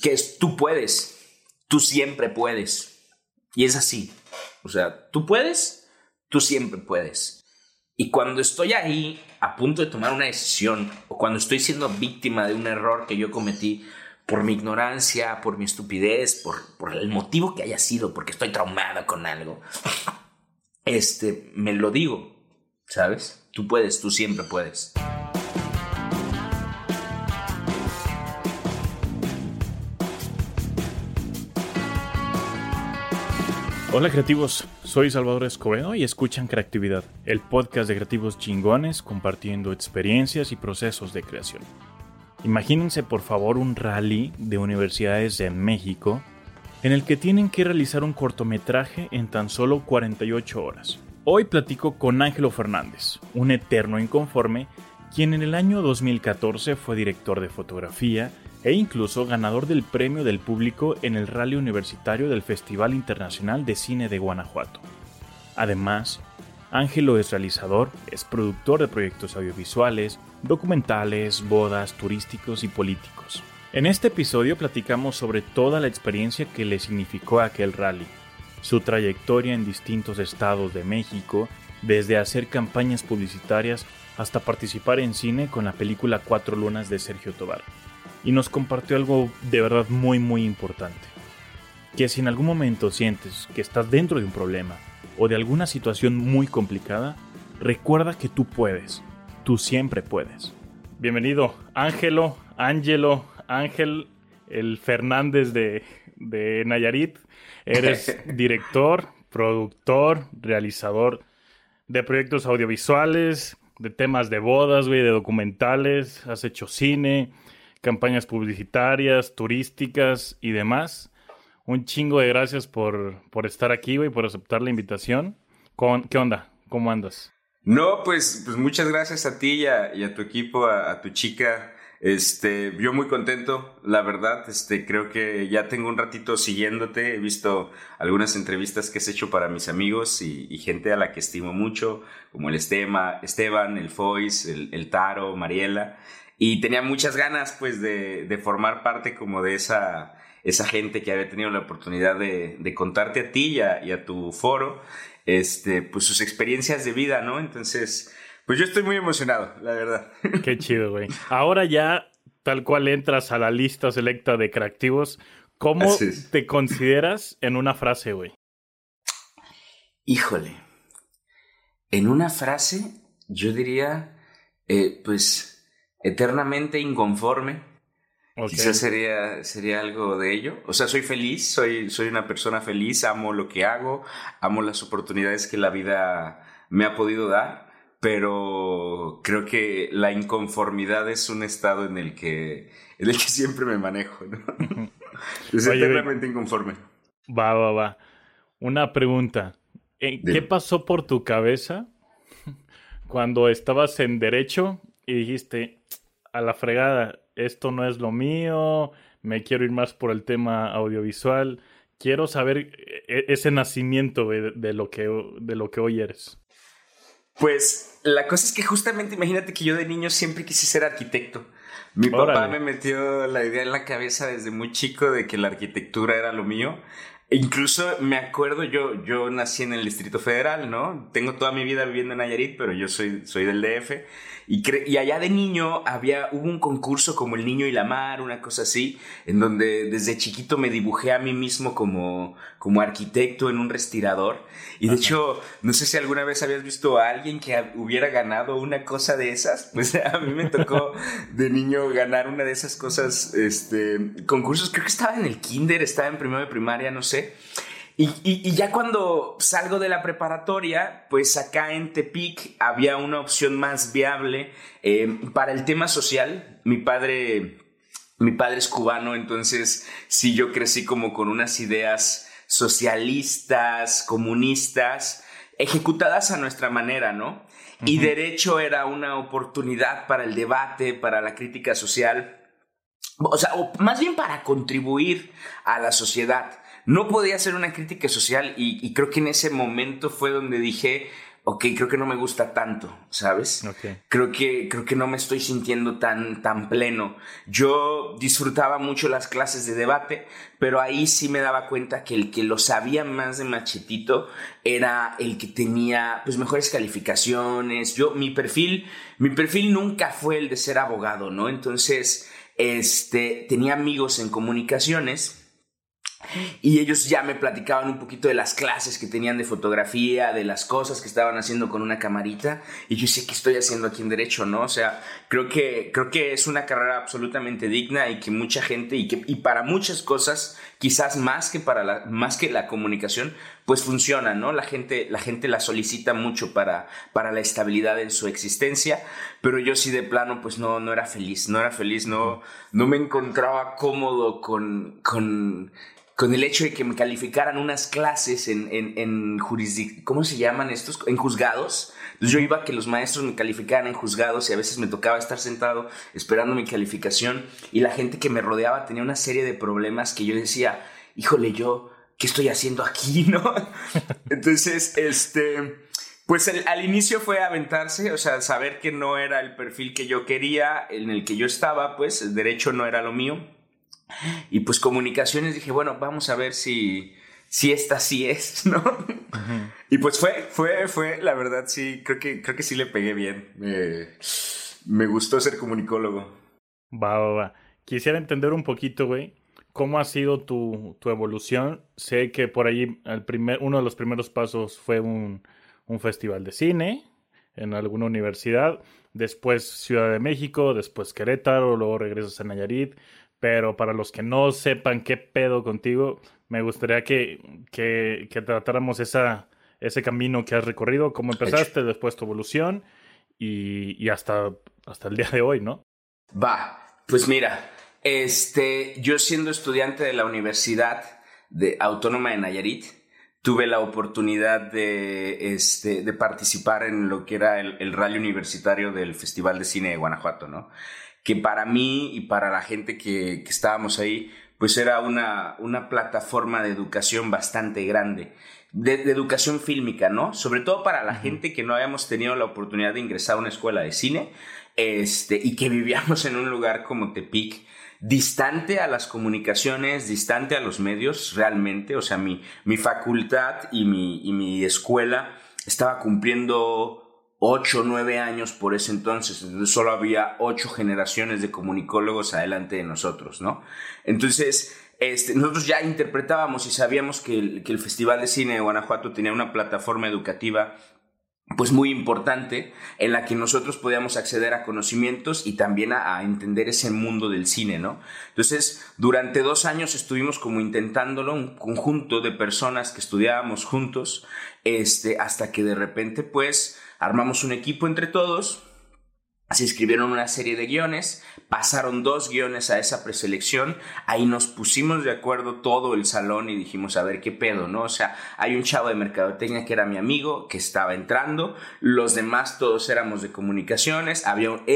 que es tú puedes, tú siempre puedes. Y es así. O sea, tú puedes, tú siempre puedes. Y cuando estoy ahí a punto de tomar una decisión o cuando estoy siendo víctima de un error que yo cometí por mi ignorancia, por mi estupidez, por el motivo que haya sido, porque estoy traumado con algo, me lo digo, ¿sabes? Tú puedes, tú siempre puedes. Hola creativos, soy Salvador Escobedo y escuchan Creatividad, el podcast de creativos chingones compartiendo experiencias y procesos de creación. Imagínense por favor un rally de universidades de México en el que tienen que realizar un cortometraje en tan solo 48 horas. Hoy platico con Ángelo Fernández, un eterno inconforme, quien en el año 2014 fue director de fotografía e incluso ganador del premio del público en el rally universitario del Festival Internacional de Cine de Guanajuato. Además, Ángelo es realizador, es productor de proyectos audiovisuales, documentales, bodas, turísticos y políticos. En este episodio platicamos sobre toda la experiencia que le significó aquel rally, su trayectoria en distintos estados de México, desde hacer campañas publicitarias hasta participar en cine con la película Cuatro Lunas de Sergio Tobar. Y nos compartió algo de verdad muy muy importante, que si en algún momento sientes que estás dentro de un problema o de alguna situación muy complicada, recuerda que tú puedes, tú siempre puedes. Bienvenido Ángelo, Ángel, el Fernández de Nayarit. Eres director, productor, realizador de proyectos audiovisuales, de temas de bodas, güey, de documentales, has hecho cine, campañas publicitarias, turísticas y demás. Un chingo de gracias por estar aquí, güey, por aceptar la invitación. ¿Qué onda? ¿Cómo andas? No, pues muchas gracias a ti y a tu equipo, a tu chica. Yo muy contento, la verdad. Creo que ya tengo un ratito siguiéndote. He visto algunas entrevistas que has hecho para mis amigos y gente a la que estimo mucho, como el Esteban, el Fois, el Taro, Mariela. Y tenía muchas ganas, pues, de formar parte como de esa gente que había tenido la oportunidad de contarte a ti y a tu foro, pues, sus experiencias de vida, ¿no? Entonces, pues yo estoy muy emocionado, la verdad. Qué chido, güey. Ahora ya, tal cual entras a la lista selecta de creativos, ¿cómo te consideras en una frase, güey? Híjole. En una frase, yo diría, pues, eternamente inconforme. Okay. Quizás sería algo de ello. O sea, soy feliz, soy una persona feliz, amo lo que hago, amo las oportunidades que la vida me ha podido dar, pero creo que la inconformidad es un estado en el que siempre me manejo, ¿no? Es eternamente inconforme. Va. Una pregunta. ¿Qué pasó por tu cabeza cuando estabas en Derecho y dijiste, a la fregada, esto no es lo mío, me quiero ir más por el tema audiovisual? Quiero saber ese nacimiento de lo que hoy eres. Pues la cosa es que justamente imagínate que yo de niño siempre quise ser arquitecto. Mi papá me metió la idea en la cabeza desde muy chico de que la arquitectura era lo mío. Incluso me acuerdo, yo nací en el Distrito Federal, ¿no? Tengo toda mi vida viviendo en Nayarit, pero yo soy del DF. Y allá de niño hubo un concurso como El Niño y la Mar, una cosa así, en donde desde chiquito me dibujé a mí mismo como arquitecto en un respirador. Y de hecho, no sé si alguna vez habías visto a alguien que hubiera ganado una cosa de esas. Pues a mí me tocó de niño ganar una de esas cosas, concursos. Creo que estaba en el kinder, estaba en primero de primaria, no sé. Y ya cuando salgo de la preparatoria, pues acá en Tepic había una opción más viable para el tema social. Mi padre es cubano, entonces sí, yo crecí como con unas ideas socialistas, comunistas, ejecutadas a nuestra manera, ¿no? Uh-huh. Y Derecho era una oportunidad para el debate, para la crítica social, o sea, o más bien para contribuir a la sociedad. No podía hacer una crítica social y creo que en ese momento fue donde dije, ok, creo que no me gusta tanto, ¿sabes? Okay. Creo que no me estoy sintiendo tan pleno. Yo disfrutaba mucho las clases de debate, pero ahí sí me daba cuenta que el que lo sabía más de machetito era el que tenía pues mejores calificaciones. Mi perfil nunca fue el de ser abogado, ¿no? Entonces, tenía amigos en comunicaciones y ellos ya me platicaban un poquito de las clases que tenían de fotografía, de las cosas que estaban haciendo con una camarita. Y yo sé qué estoy haciendo aquí en Derecho, ¿no? O sea, creo que es una carrera absolutamente digna y que mucha gente, y para muchas cosas, quizás más que la comunicación, pues funciona, ¿no? La gente la solicita mucho para la estabilidad en su existencia. Pero yo sí de plano, pues no era feliz, no me encontraba cómodo con el hecho de que me calificaran unas clases en ¿cómo se llaman estos? En juzgados. Entonces yo iba a que los maestros me calificaran en juzgados y a veces me tocaba estar sentado esperando mi calificación y la gente que me rodeaba tenía una serie de problemas que yo decía, híjole, ¿qué estoy haciendo aquí, no? Entonces, pues al inicio fue aventarse, o sea, saber que no era el perfil que yo quería, en el que yo estaba, pues el derecho no era lo mío. Y pues comunicaciones dije, bueno, vamos a ver si esta sí es, ¿no? Uh-huh. Y pues fue, la verdad, sí, creo que sí le pegué bien. Me gustó ser comunicólogo. Va. Quisiera entender un poquito, güey, cómo ha sido tu evolución. Sé que por ahí uno de los primeros pasos fue un festival de cine en alguna universidad, después Ciudad de México, después Querétaro, luego regresas a Nayarit. Pero para los que no sepan qué pedo contigo, me gustaría que tratáramos ese camino que has recorrido, cómo empezaste, después tu evolución y hasta el día de hoy, ¿no? Va, pues mira, yo siendo estudiante de la Universidad Autónoma de Nayarit, tuve la oportunidad de participar en lo que era el rally universitario del Festival de Cine de Guanajuato, ¿no? Que para mí y para la gente que estábamos ahí, pues era una plataforma de educación bastante grande, de educación fílmica, ¿no? Sobre todo para la gente que no habíamos tenido la oportunidad de ingresar a una escuela de cine, y que vivíamos en un lugar como Tepic, distante a las comunicaciones, distante a los medios realmente. O sea, mi facultad y mi escuela estaba cumpliendo 8 o 9 años por ese entonces solo había 8 generaciones de comunicólogos adelante de nosotros, ¿no? Entonces, nosotros ya interpretábamos y sabíamos que el Festival de Cine de Guanajuato tenía una plataforma educativa pues muy importante en la que nosotros podíamos acceder a conocimientos y también a entender ese mundo del cine, ¿no? Entonces, durante 2 años estuvimos como intentándolo, un conjunto de personas que estudiábamos juntos, hasta que de repente pues armamos un equipo entre todos, se escribieron una serie de guiones, pasaron 2 guiones a esa preselección, ahí nos pusimos de acuerdo todo el salón y dijimos, a ver qué pedo, ¿no? O sea, hay un chavo de mercadotecnia que era mi amigo, que estaba entrando, los demás todos éramos de comunicaciones,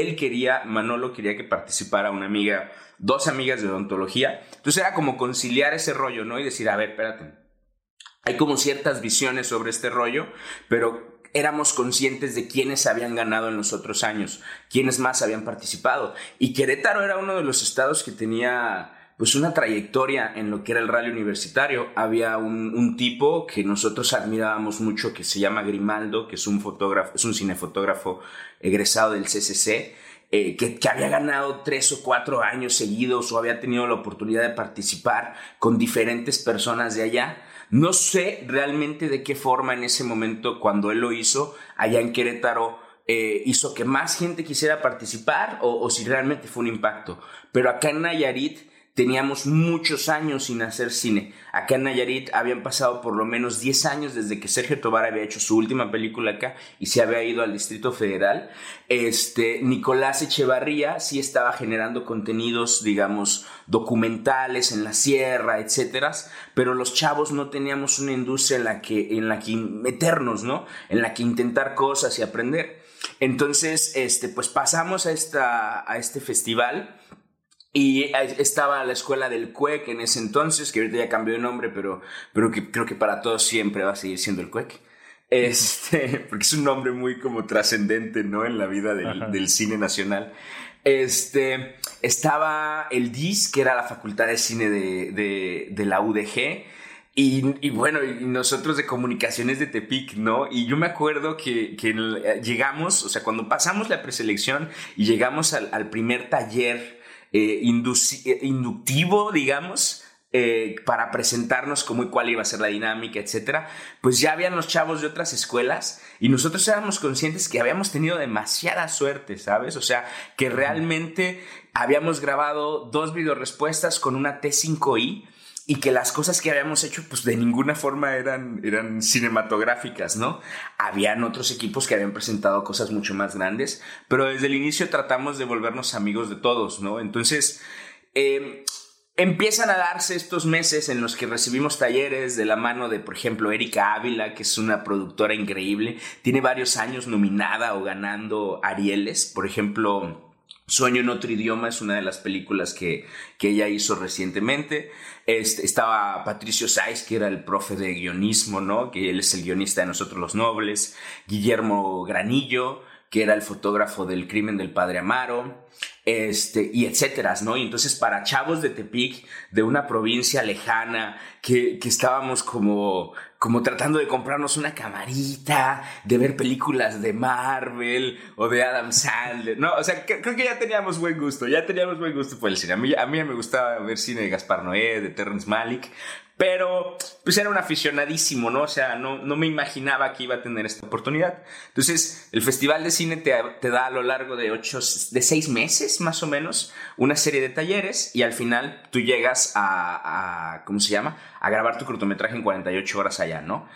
Manolo quería que participara una amiga, 2 amigas de odontología, entonces era como conciliar ese rollo, ¿no? Y decir, a ver, espérate, hay como ciertas visiones sobre este rollo, pero éramos conscientes de quiénes habían ganado en los otros años, quiénes más habían participado. Y Querétaro era uno de los estados que tenía pues una trayectoria en lo que era el rally universitario. Había un tipo que nosotros admirábamos mucho que se llama Grimaldo, que es un cinefotógrafo egresado del CCC, que había ganado 3 o 4 años seguidos o había tenido la oportunidad de participar con diferentes personas de allá. No sé realmente de qué forma en ese momento, cuando él lo hizo, allá en Querétaro, hizo que más gente quisiera participar o si realmente fue un impacto. Pero acá en Nayarit teníamos muchos años sin hacer cine. Acá en Nayarit habían pasado por lo menos 10 años desde que Sergio Tovar había hecho su última película acá y se había ido al Distrito Federal. Nicolás Echevarría sí estaba generando contenidos, digamos, documentales en la sierra, etcétera, pero los chavos no teníamos una industria en la que meternos, ¿no? En la que intentar cosas y aprender. Entonces, pues pasamos a este festival. Y estaba la escuela del CUEC en ese entonces, que ahorita ya cambió de nombre, pero que creo que para todos siempre va a seguir siendo el CUEC. porque es un nombre muy como trascendente, ¿no? En la vida del cine nacional. Estaba el DIS, que era la Facultad de Cine de la UDG, y bueno, y nosotros de Comunicaciones de Tepic, ¿no? Y yo me acuerdo que llegamos, o sea, cuando pasamos la preselección y llegamos al primer taller inductivo, digamos, para presentarnos cómo y cuál iba a ser la dinámica, etcétera, pues ya habían los chavos de otras escuelas y nosotros éramos conscientes que habíamos tenido demasiada suerte, ¿sabes? O sea, que realmente habíamos grabado 2 videorespuestas con una T5i y que las cosas que habíamos hecho pues de ninguna forma eran cinematográficas, ¿no? Habían otros equipos que habían presentado cosas mucho más grandes, pero desde el inicio tratamos de volvernos amigos de todos, ¿no? Entonces, empiezan a darse estos meses en los que recibimos talleres de la mano de, por ejemplo, Erika Ávila, que es una productora increíble. Tiene varios años nominada o ganando Arieles. Por ejemplo, Sueño en otro idioma es una de las películas que ella hizo recientemente. Estaba Patricio Sáiz, que era el profe de guionismo, ¿no? Que él es el guionista de Nosotros los Nobles. Guillermo Granillo, que era el fotógrafo del Crimen del Padre Amaro, y etcétera, ¿no? Y entonces para chavos de Tepic, de una provincia lejana, que estábamos como tratando de comprarnos una camarita, de ver películas de Marvel o de Adam Sandler, ¿no? O sea, creo que ya teníamos buen gusto por el cine. A mí me gustaba ver cine de Gaspar Noé, de Terrence Malick, pero pues era un aficionadísimo, ¿no? O sea, no me imaginaba que iba a tener esta oportunidad. Entonces, el Festival de Cine te da a lo largo de 6 meses, más o menos, una serie de talleres y al final tú llegas a ¿cómo se llama? A grabar tu cortometraje en 48 horas allá, ¿no?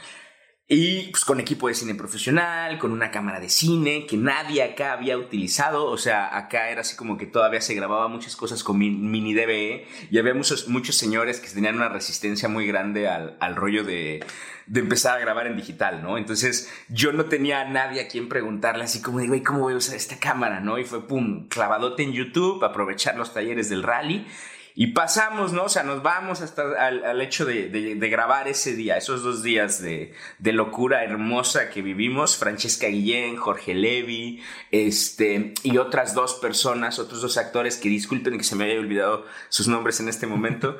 Y pues con equipo de cine profesional, con una cámara de cine que nadie acá había utilizado. O sea, acá era así como que todavía se grababa muchas cosas con mini DVE y había muchos señores que tenían una resistencia muy grande al rollo de empezar a grabar en digital, ¿no? Entonces yo no tenía a nadie a quien preguntarle así como de, güey, ¿cómo voy a usar esta cámara, no? Y fue, pum, clavadote en YouTube, aprovechar los talleres del rally. Y pasamos, ¿no? O sea, nos vamos hasta al hecho de grabar ese día, esos 2 días de locura hermosa que vivimos. Francesca Guillén, Jorge Levi, y otras 2 personas, otros 2 actores que disculpen que se me haya olvidado sus nombres en este momento.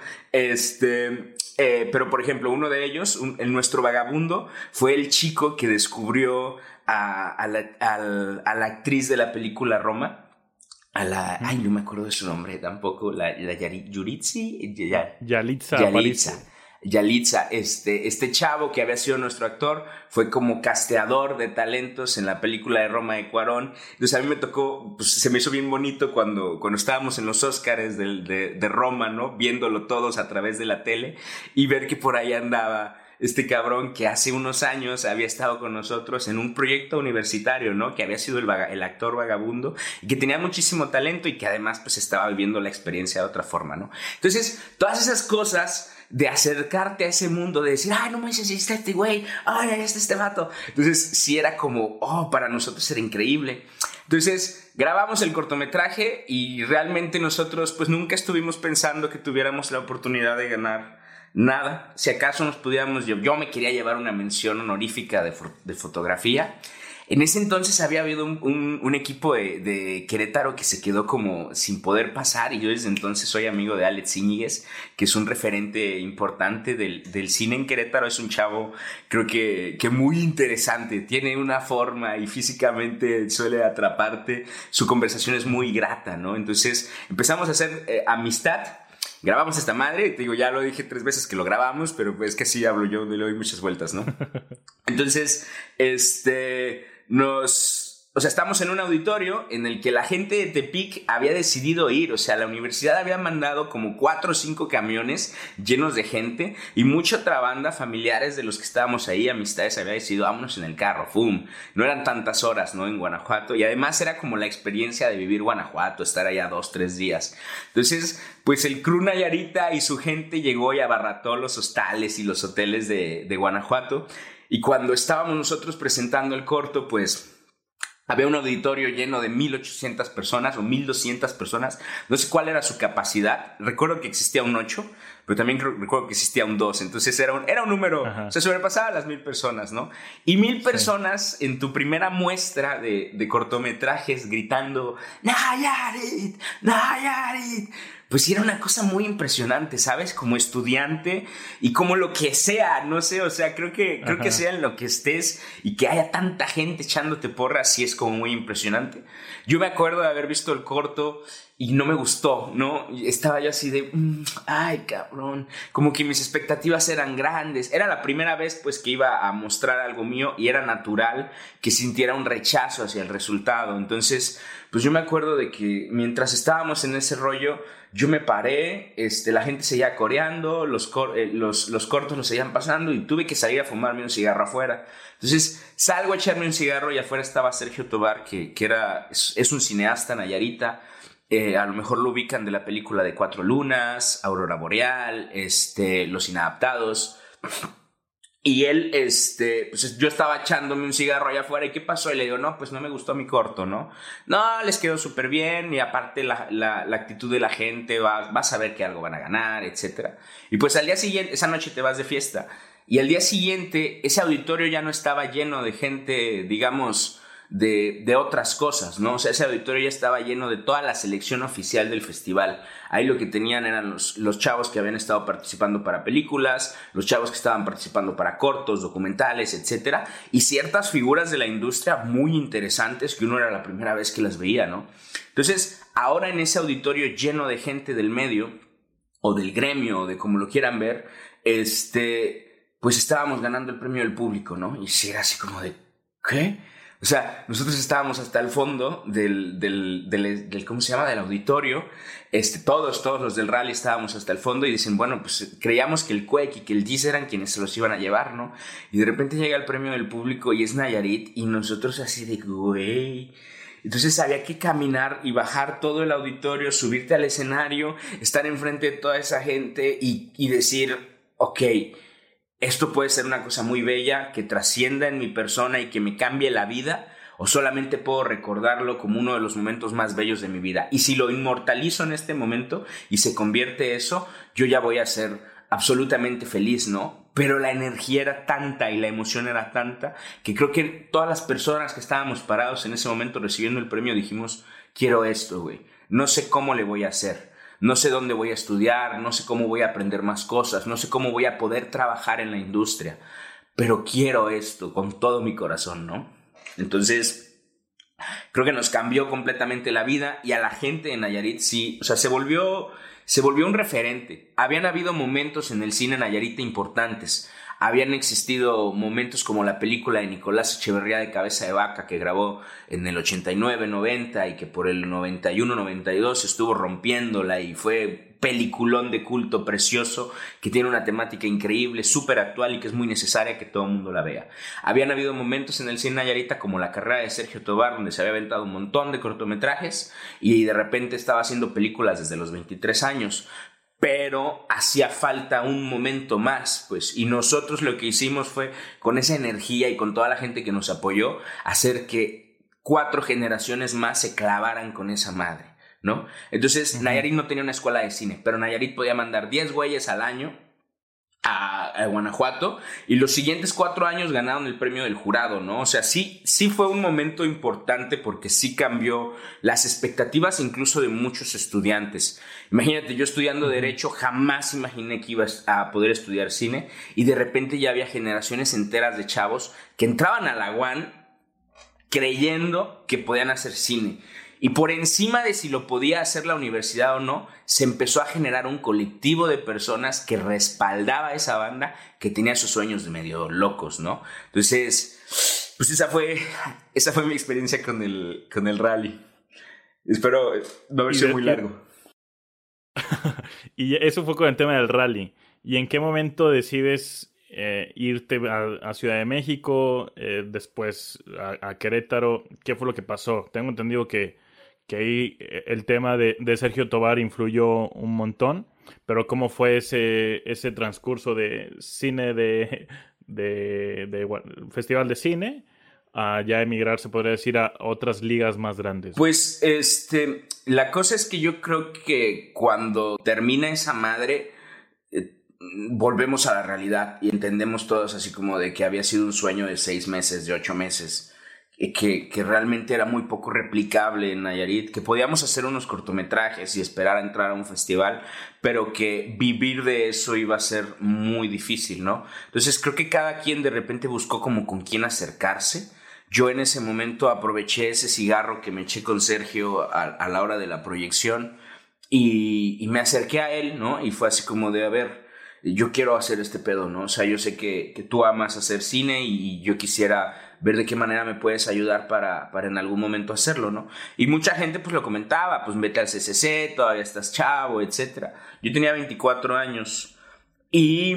Pero, por ejemplo, uno de ellos, nuestro vagabundo, fue el chico que descubrió a la actriz de la película Roma. Ay, no me acuerdo de su nombre tampoco, Yalitza, este chavo que había sido nuestro actor, fue como casteador de talentos en la película de Roma de Cuarón. Entonces a mí me tocó, pues se me hizo bien bonito cuando estábamos en los Óscares de Roma, ¿no? Viéndolo todos a través de la tele y ver que por ahí andaba este cabrón que hace unos años había estado con nosotros en un proyecto universitario, ¿no? Que había sido el actor vagabundo y que tenía muchísimo talento y que además pues estaba viviendo la experiencia de otra forma, ¿no? Entonces, todas esas cosas de acercarte a ese mundo, de decir, ay, no me dices, está este güey, ay, está este vato. Entonces, sí era como, para nosotros era increíble. Entonces, grabamos el cortometraje y realmente nosotros pues nunca estuvimos pensando que tuviéramos la oportunidad de ganar nada. Si acaso nos pudiéramos, yo me quería llevar una mención honorífica de fotografía. En ese entonces había habido un equipo de Querétaro que se quedó como sin poder pasar y yo desde entonces soy amigo de Alex Íñiguez, que es un referente importante del cine en Querétaro. Es un chavo, creo que muy interesante, tiene una forma y físicamente suele atraparte, su conversación es muy grata, ¿no? Entonces empezamos a hacer amistad. Grabamos esta madre, te digo, ya lo dije 3 veces que lo grabamos, pero pues que así hablo yo, le doy muchas vueltas, ¿no? Entonces, estamos en un auditorio en el que la gente de Tepic había decidido ir, o sea, la universidad había mandado como 4 o 5 camiones llenos de gente y mucha otra banda, familiares de los que estábamos ahí, amistades, había decidido, vámonos en el carro, ¡fum! No eran tantas horas, ¿no? En Guanajuato, y además era como la experiencia de vivir Guanajuato, estar allá 2, 3 días. Entonces, pues el Crew Nayarita y su gente llegó y abarrató los hostales y los hoteles de Guanajuato, y cuando estábamos nosotros presentando el corto, pues había un auditorio lleno de 1,800 personas o 1,200 personas. No sé cuál era su capacidad. Recuerdo que existía un 8, pero también recuerdo que existía un 2, entonces era un número, o sea, sobrepasaba las 1000 personas, ¿no? Y 1000 personas en tu primera muestra de cortometrajes gritando ¡Nayarit! ¡Nayarit! Pues sí, era una cosa muy impresionante, ¿sabes? Como estudiante y como lo que sea, no sé, o sea, creo que sea en lo que estés y que haya tanta gente echándote porras, sí es como muy impresionante. Yo me acuerdo de haber visto el corto y no me gustó, ¿no? Estaba yo así de, ay, cabrón, como que mis expectativas eran grandes. Era la primera vez, pues, que iba a mostrar algo mío y era natural que sintiera un rechazo hacia el resultado. Entonces, pues yo me acuerdo de que mientras estábamos en ese rollo, yo me paré, la gente seguía coreando, los cortos los seguían pasando y tuve que salir a fumarme un cigarro afuera. Entonces salgo a echarme un cigarro y afuera estaba Sergio Tobar, que es un cineasta nayarita. A lo mejor lo ubican de la película de Cuatro Lunas, Aurora Boreal, Los Inadaptados. Y él, pues yo estaba echándome un cigarro allá afuera. ¿Y qué pasó? Y le digo, no, pues no me gustó mi corto, ¿no? No, les quedó súper bien. Y aparte la actitud de la gente, vas a ver que algo van a ganar, etc. Y pues al día siguiente, esa noche te vas de fiesta. Y al día siguiente, ese auditorio ya no estaba lleno de gente, digamos, de otras cosas, ¿no? O sea, ese auditorio ya estaba lleno de toda la selección oficial del festival. Ahí lo que tenían eran los chavos que habían estado participando para películas, los chavos que estaban participando para cortos, documentales, etcétera, y ciertas figuras de la industria muy interesantes que uno era la primera vez que las veía, ¿no? Entonces, ahora en ese auditorio lleno de gente del medio, o del gremio, o de como lo quieran ver, pues estábamos ganando el premio del público, ¿no? Y sí, era así como de, ¿qué? O sea, nosotros estábamos hasta el fondo del ¿cómo se llama? Del auditorio. Todos los del rally estábamos hasta el fondo y dicen, bueno, pues creíamos que el Quake y que el Giz eran quienes se los iban a llevar, ¿no? Y de repente llega el premio del público y es Nayarit y nosotros así de, güey. Entonces había que caminar y bajar todo el auditorio, subirte al escenario, estar enfrente de toda esa gente y decir, ok, esto puede ser una cosa muy bella que trascienda en mi persona y que me cambie la vida, o solamente puedo recordarlo como uno de los momentos más bellos de mi vida. Y si lo inmortalizo en este momento y se convierte eso, yo ya voy a ser absolutamente feliz, ¿no? Pero la energía era tanta y la emoción era tanta que creo que todas las personas que estábamos parados en ese momento recibiendo el premio dijimos, quiero esto, güey. No sé cómo le voy a hacer. No sé dónde voy a estudiar, no sé cómo voy a aprender más cosas, no sé cómo voy a poder trabajar en la industria, pero quiero esto con todo mi corazón, ¿no? Entonces, creo que nos cambió completamente la vida y a la gente en Nayarit sí, o sea, se volvió un referente. Habían habido momentos en el cine nayarita importantes. Habían existido momentos como la película de Nicolás Echeverría de Cabeza de Vaca que grabó en el 89-90 y que por el 91-92 estuvo rompiéndola y fue peliculón de culto precioso que tiene una temática increíble, súper actual y que es muy necesaria que todo el mundo la vea. Habían habido momentos en el cine nayarita como la carrera de Sergio Tobar donde se había aventado un montón de cortometrajes y de repente estaba haciendo películas desde los 23 años. Pero hacía falta un momento más, pues, y nosotros lo que hicimos fue, con esa energía y con toda la gente que nos apoyó, hacer que 4 generaciones más se clavaran con esa madre, ¿no? Entonces, Nayarit no tenía una escuela de cine, pero Nayarit podía mandar 10 güeyes al año a Guanajuato y los siguientes 4 años ganaron el premio del jurado, ¿no? O sea, sí fue un momento importante porque sí cambió las expectativas incluso de muchos estudiantes. Imagínate, yo estudiando Derecho jamás imaginé que iba a poder estudiar cine y de repente ya había generaciones enteras de chavos que entraban a la UAN creyendo que podían hacer cine. Y por encima de si lo podía hacer la universidad o no, se empezó a generar un colectivo de personas que respaldaba a esa banda que tenía sus sueños de medio locos, ¿no? Entonces, pues esa fue mi experiencia con el rally. Espero no haber sido muy largo. Y eso fue con el tema del rally. ¿Y en qué momento decides irte a Ciudad de México, después a Querétaro? ¿Qué fue lo que pasó? Tengo entendido que ahí el tema de Sergio Tobar influyó un montón, pero ¿cómo fue ese transcurso de cine de festival de cine a ya emigrar, se podría decir, a otras ligas más grandes? Pues la cosa es que yo creo que cuando termina esa madre, volvemos a la realidad y entendemos todos así como de que había sido un sueño de 6 meses, de 8 meses, que realmente era muy poco replicable en Nayarit, que podíamos hacer unos cortometrajes y esperar a entrar a un festival, pero que vivir de eso iba a ser muy difícil, ¿no? Entonces creo que cada quien de repente buscó como con quién acercarse. Yo en ese momento aproveché ese cigarro que me eché con Sergio a la hora de la proyección y me acerqué a él, ¿no? Y fue así como de, a ver, yo quiero hacer este pedo, ¿no? O sea, yo sé que tú amas hacer cine y yo quisiera ver de qué manera me puedes ayudar para en algún momento hacerlo, ¿no? Y mucha gente pues lo comentaba, pues vete al CCC, todavía estás chavo, etcétera. Yo tenía 24 años y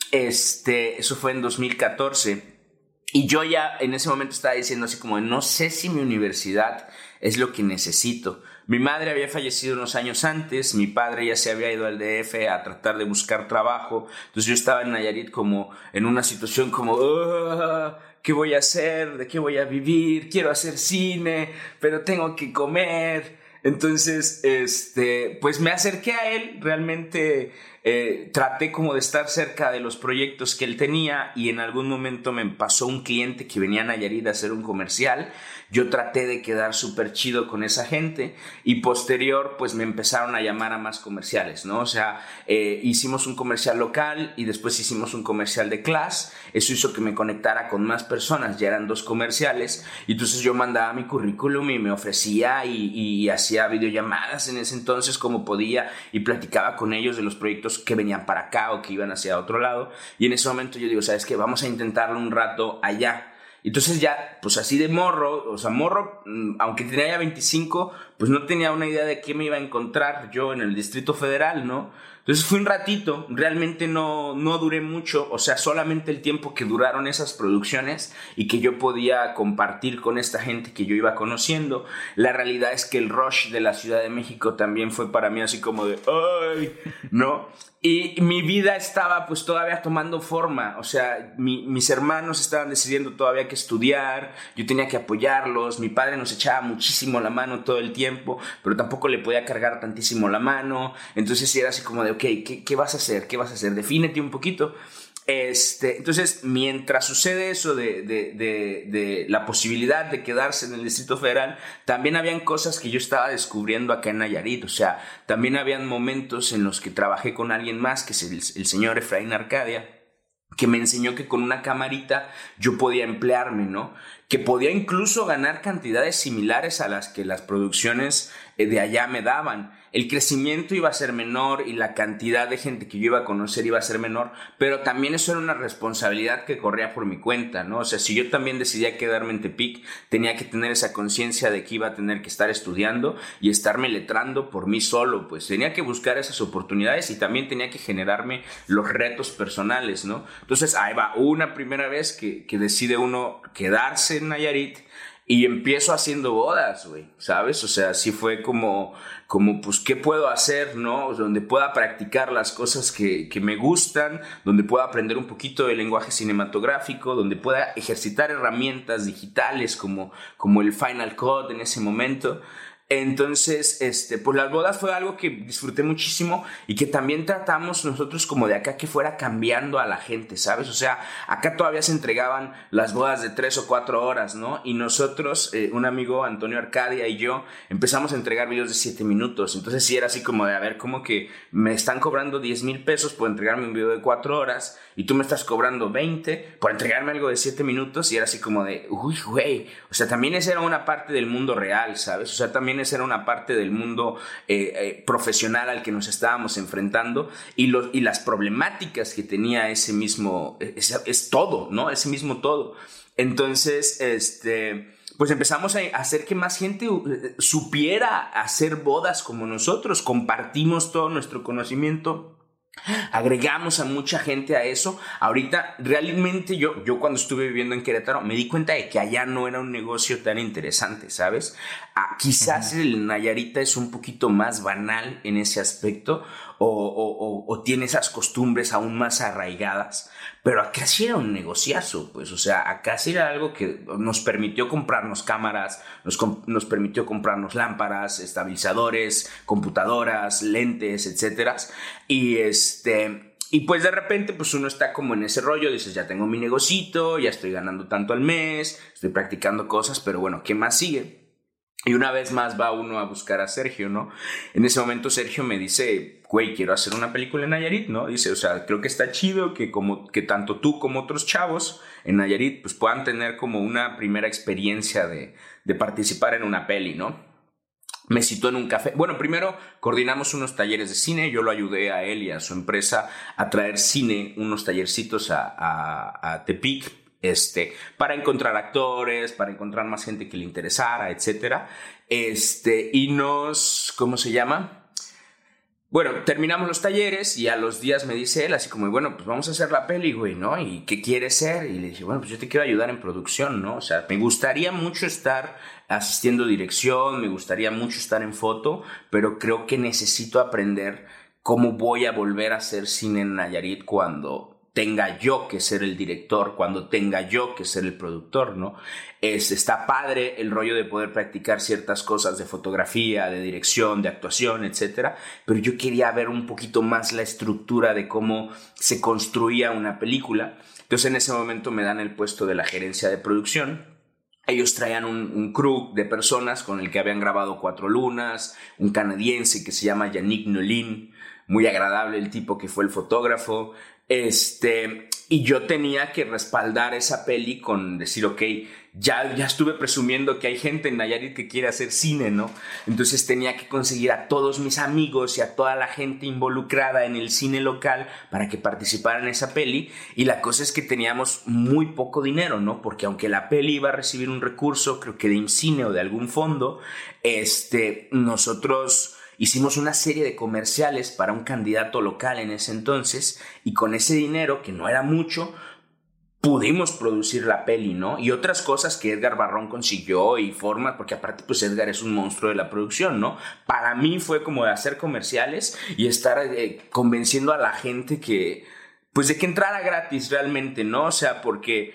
eso fue en 2014 y yo ya en ese momento estaba diciendo así como, no sé si mi universidad es lo que necesito. Mi madre había fallecido unos años antes, mi padre ya se había ido al DF a tratar de buscar trabajo, entonces yo estaba en Nayarit como en una situación como, ¿qué voy a hacer? ¿De qué voy a vivir? Quiero hacer cine, pero tengo que comer. Entonces, pues me acerqué a él, realmente traté como de estar cerca de los proyectos que él tenía y en algún momento me pasó un cliente que venía a Nayarit a hacer un comercial. Yo traté de quedar súper chido con esa gente y posterior pues me empezaron a llamar a más comerciales, ¿no? O sea, hicimos un comercial local y después hicimos un comercial de Class. Eso hizo que me conectara con más personas, ya eran 2 comerciales y entonces yo mandaba mi currículum y me ofrecía y hacía videollamadas en ese entonces como podía y platicaba con ellos de los proyectos que venían para acá o que iban hacia otro lado y en ese momento yo digo, ¿sabes qué? Vamos a intentarlo un rato allá. Entonces ya, pues así de morro, aunque tenía ya 25, pues no tenía una idea de qué me iba a encontrar yo en el Distrito Federal, ¿no? Entonces fui un ratito, realmente no duré mucho, o sea, solamente el tiempo que duraron esas producciones y que yo podía compartir con esta gente que yo iba conociendo. La realidad es que el rush de la Ciudad de México también fue para mí así como de, ¡ay! ¿No? Y mi vida estaba pues todavía tomando forma, o sea, mis hermanos estaban decidiendo todavía qué estudiar, yo tenía que apoyarlos, mi padre nos echaba muchísimo la mano todo el tiempo, pero tampoco le podía cargar tantísimo la mano, entonces era así como de, ok, ¿qué vas a hacer? ¿Qué vas a hacer? Defínete un poquito. Entonces, mientras sucede eso de la posibilidad de quedarse en el Distrito Federal, también habían cosas que yo estaba descubriendo acá en Nayarit. O sea, también habían momentos en los que trabajé con alguien más, que es el señor Efraín Arcadia, que me enseñó que con una camarita yo podía emplearme, ¿no? Que podía incluso ganar cantidades similares a las que las producciones de allá me daban. El crecimiento iba a ser menor y la cantidad de gente que yo iba a conocer iba a ser menor, pero también eso era una responsabilidad que corría por mi cuenta, ¿no? O sea, si yo también decidía quedarme en Tepic, tenía que tener esa conciencia de que iba a tener que estar estudiando y estarme letrando por mí solo, pues tenía que buscar esas oportunidades y también tenía que generarme los retos personales, ¿no? Entonces, ahí va, una primera vez que decide uno quedarse en Nayarit y empiezo haciendo bodas, güey, ¿sabes? O sea, sí fue como pues, ¿qué puedo hacer, no? Donde pueda practicar las cosas que me gustan, donde pueda aprender un poquito de lenguaje cinematográfico, donde pueda ejercitar herramientas digitales como el Final Cut en ese momento. Entonces, pues las bodas fue algo que disfruté muchísimo y que también tratamos nosotros como de acá que fuera cambiando a la gente, ¿sabes? O sea, acá todavía se entregaban las bodas de 3 o 4 horas, ¿no? Y nosotros, un amigo, Antonio Arcadia y yo, empezamos a entregar videos de 7 minutos. Entonces sí era así como de, a ver, como que me están cobrando 10,000 pesos por entregarme un video de 4 horas y tú me estás cobrando 20 por entregarme algo de 7 minutos y era así como de, uy, güey. O sea, también esa era una parte del mundo real, ¿sabes? O sea, también esa era una parte del mundo profesional al que nos estábamos enfrentando y las problemáticas que tenía ese mismo, es todo, ¿no? Ese mismo todo. Entonces, pues empezamos a hacer que más gente supiera hacer bodas como nosotros, compartimos todo nuestro conocimiento. Agregamos a mucha gente a eso. Ahorita realmente yo cuando estuve viviendo en Querétaro me di cuenta de que allá no era un negocio tan interesante, ¿sabes? Quizás el Nayarita es un poquito más banal en ese aspecto o tiene esas costumbres aún más arraigadas, pero acá sí era un negociazo, pues, o sea, acá sí era algo que nos permitió comprarnos cámaras, nos permitió comprarnos lámparas, estabilizadores, computadoras, lentes, etcétera. Y pues de repente pues uno está como en ese rollo, dices, ya tengo mi negocito, ya estoy ganando tanto al mes, estoy practicando cosas, pero bueno, ¿qué más sigue? Y una vez más va uno a buscar a Sergio, ¿no? En ese momento Sergio me dice, güey, quiero hacer una película en Nayarit, ¿no? Dice, o sea, creo que está chido que tanto tú como otros chavos en Nayarit pues puedan tener como una primera experiencia de participar en una peli, ¿no? Me citó en un café. Bueno, primero coordinamos unos talleres de cine. Yo lo ayudé a él y a su empresa a traer cine, unos tallercitos a Tepic, para encontrar actores, para encontrar más gente que le interesara, etcétera. Y ¿cómo se llama? Bueno, terminamos los talleres y a los días me dice él así como, bueno, pues vamos a hacer la peli, güey, ¿no? ¿Y qué quieres ser? Y le dije, bueno, pues yo te quiero ayudar en producción, ¿no? O sea, me gustaría mucho estar asistiendo dirección, me gustaría mucho estar en foto, pero creo que necesito aprender cómo voy a volver a hacer cine en Nayarit cuando tenga yo que ser el director, cuando tenga yo que ser el productor, ¿no? Está padre el rollo de poder practicar ciertas cosas de fotografía, de dirección, de actuación, etcétera, pero yo quería ver un poquito más la estructura de cómo se construía una película. Entonces en ese momento me dan el puesto de la gerencia de producción. Ellos traían un crew de personas con el que habían grabado 4 lunas, un canadiense que se llama Yannick Nolin, muy agradable el tipo que fue el fotógrafo. Y yo tenía que respaldar esa peli con decir, ok, ya estuve presumiendo que hay gente en Nayarit que quiere hacer cine, ¿no? Entonces tenía que conseguir a todos mis amigos y a toda la gente involucrada en el cine local para que participaran en esa peli. Y la cosa es que teníamos muy poco dinero, ¿no? Porque aunque la peli iba a recibir un recurso, creo que de IMCINE o de algún fondo, nosotros hicimos una serie de comerciales para un candidato local en ese entonces y con ese dinero, que no era mucho, pudimos producir la peli, ¿no? Y otras cosas que Edgar Barrón consiguió y formas, porque aparte pues Edgar es un monstruo de la producción, ¿no? Para mí fue como de hacer comerciales y estar convenciendo a la gente que, pues de que entrara gratis realmente, ¿no? O sea, porque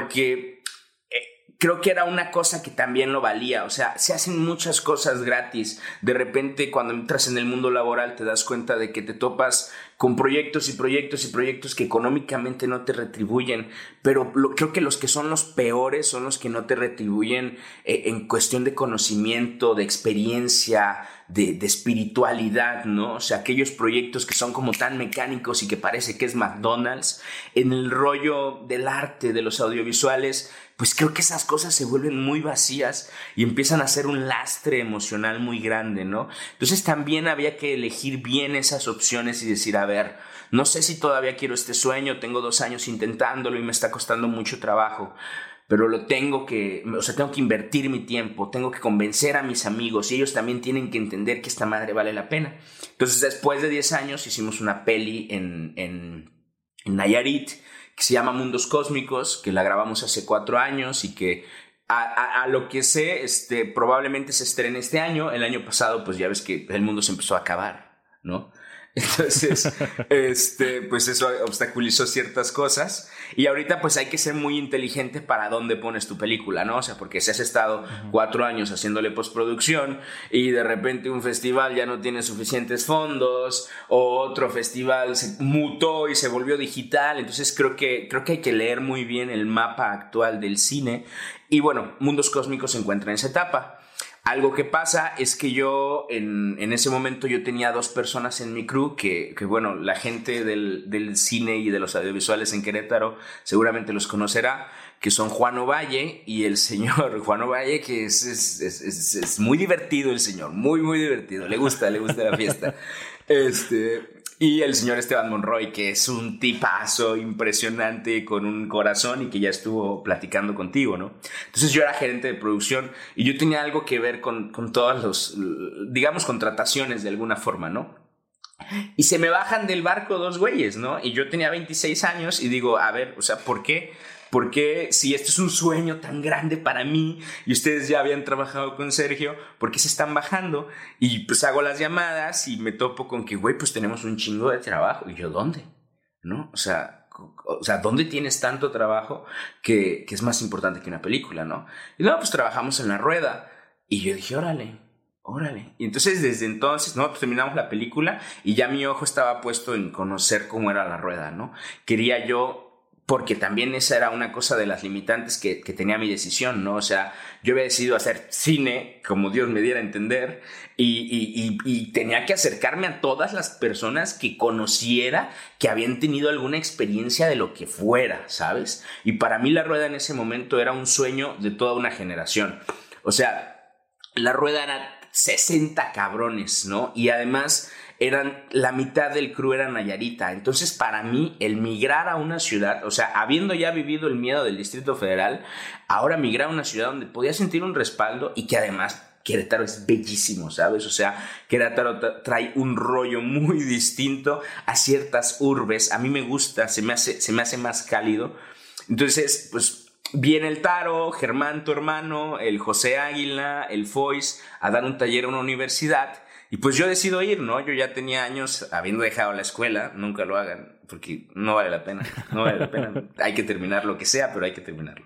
creo que era una cosa que también lo valía. O sea, se hacen muchas cosas gratis. De repente, cuando entras en el mundo laboral, te das cuenta de que te topas con proyectos y proyectos y proyectos que económicamente no te retribuyen. Pero creo que los que son los peores son los que no te retribuyen en cuestión de conocimiento, de experiencia, de espiritualidad, ¿no? O sea, aquellos proyectos que son como tan mecánicos y que parece que es McDonald's. En el rollo del arte, de los audiovisuales, pues creo que esas cosas se vuelven muy vacías y empiezan a ser un lastre emocional muy grande, ¿no? Entonces también había que elegir bien esas opciones y decir, a ver, no sé si todavía quiero este sueño, tengo 2 años intentándolo y me está costando mucho trabajo, pero tengo que invertir mi tiempo, tengo que convencer a mis amigos y ellos también tienen que entender que esta madre vale la pena. Entonces después de 10 años hicimos una peli en Nayarit, que se llama Mundos Cósmicos, que la grabamos hace 4 años y que a lo que sé, probablemente se estrene este año. El año pasado, pues ya ves que el mundo se empezó a acabar, ¿no? Entonces, pues eso obstaculizó ciertas cosas y ahorita pues hay que ser muy inteligente para dónde pones tu película, ¿no? O sea, porque si has estado 4 años haciéndole postproducción y de repente un festival ya no tiene suficientes fondos o otro festival se mutó y se volvió digital, entonces creo que hay que leer muy bien el mapa actual del cine y bueno, Mundos Cósmicos se encuentra en esa etapa. Algo que pasa es que yo en ese momento yo tenía 2 personas en mi crew que bueno, la gente del cine y de los audiovisuales en Querétaro seguramente los conocerá, que son Juan Ovalle y el señor Juan Ovalle, que es muy divertido el señor, muy muy divertido, le gusta la fiesta. Y el señor Esteban Monroy, que es un tipazo impresionante con un corazón y que ya estuvo platicando contigo, ¿no? Entonces yo era gerente de producción y yo tenía algo que ver con todas los, digamos, contrataciones de alguna forma, ¿no? Y se me bajan del barco 2 güeyes, ¿no? Y yo tenía 26 años y digo, a ver, o sea, ¿por qué? Porque si esto es un sueño tan grande para mí y ustedes ya habían trabajado con Sergio, ¿por qué se están bajando? Y pues hago las llamadas y me topo con que, güey, pues tenemos un chingo de trabajo. Y yo, ¿dónde? ¿No? O sea, ¿dónde tienes tanto trabajo que es más importante que una película, ¿no? Y luego pues trabajamos en La Rueda. Y yo dije, órale, Órale. Y entonces desde entonces, ¿no? Pues terminamos la película y ya mi ojo estaba puesto en conocer cómo era la rueda, ¿no? Quería yo, porque también esa era una cosa de las limitantes que tenía mi decisión, ¿no? O sea, yo había decidido hacer cine, como Dios me diera a entender, y tenía que acercarme a todas las personas que conociera que habían tenido alguna experiencia de lo que fuera, ¿sabes? Y para mí la rueda en ese momento era un sueño de toda una generación. O sea, la rueda era 60 cabrones, ¿no? Y además eran la mitad del crew era Nayarita. Entonces, para mí, el migrar a una ciudad, o sea, habiendo ya vivido el miedo del Distrito Federal, ahora migrar a una ciudad donde podía sentir un respaldo y que además Querétaro es bellísimo, ¿sabes? O sea, Querétaro trae un rollo muy distinto a ciertas urbes. A mí me gusta, se me hace más cálido. Entonces, pues viene el Taro, Germán, tu hermano, el José Águila, el Fois, a dar un taller a una universidad. Y pues yo decido ir, ¿no? Yo ya tenía años habiendo dejado la escuela. Nunca lo hagan, porque no vale la pena. No vale la pena. Hay que terminar lo que sea, pero hay que terminarlo.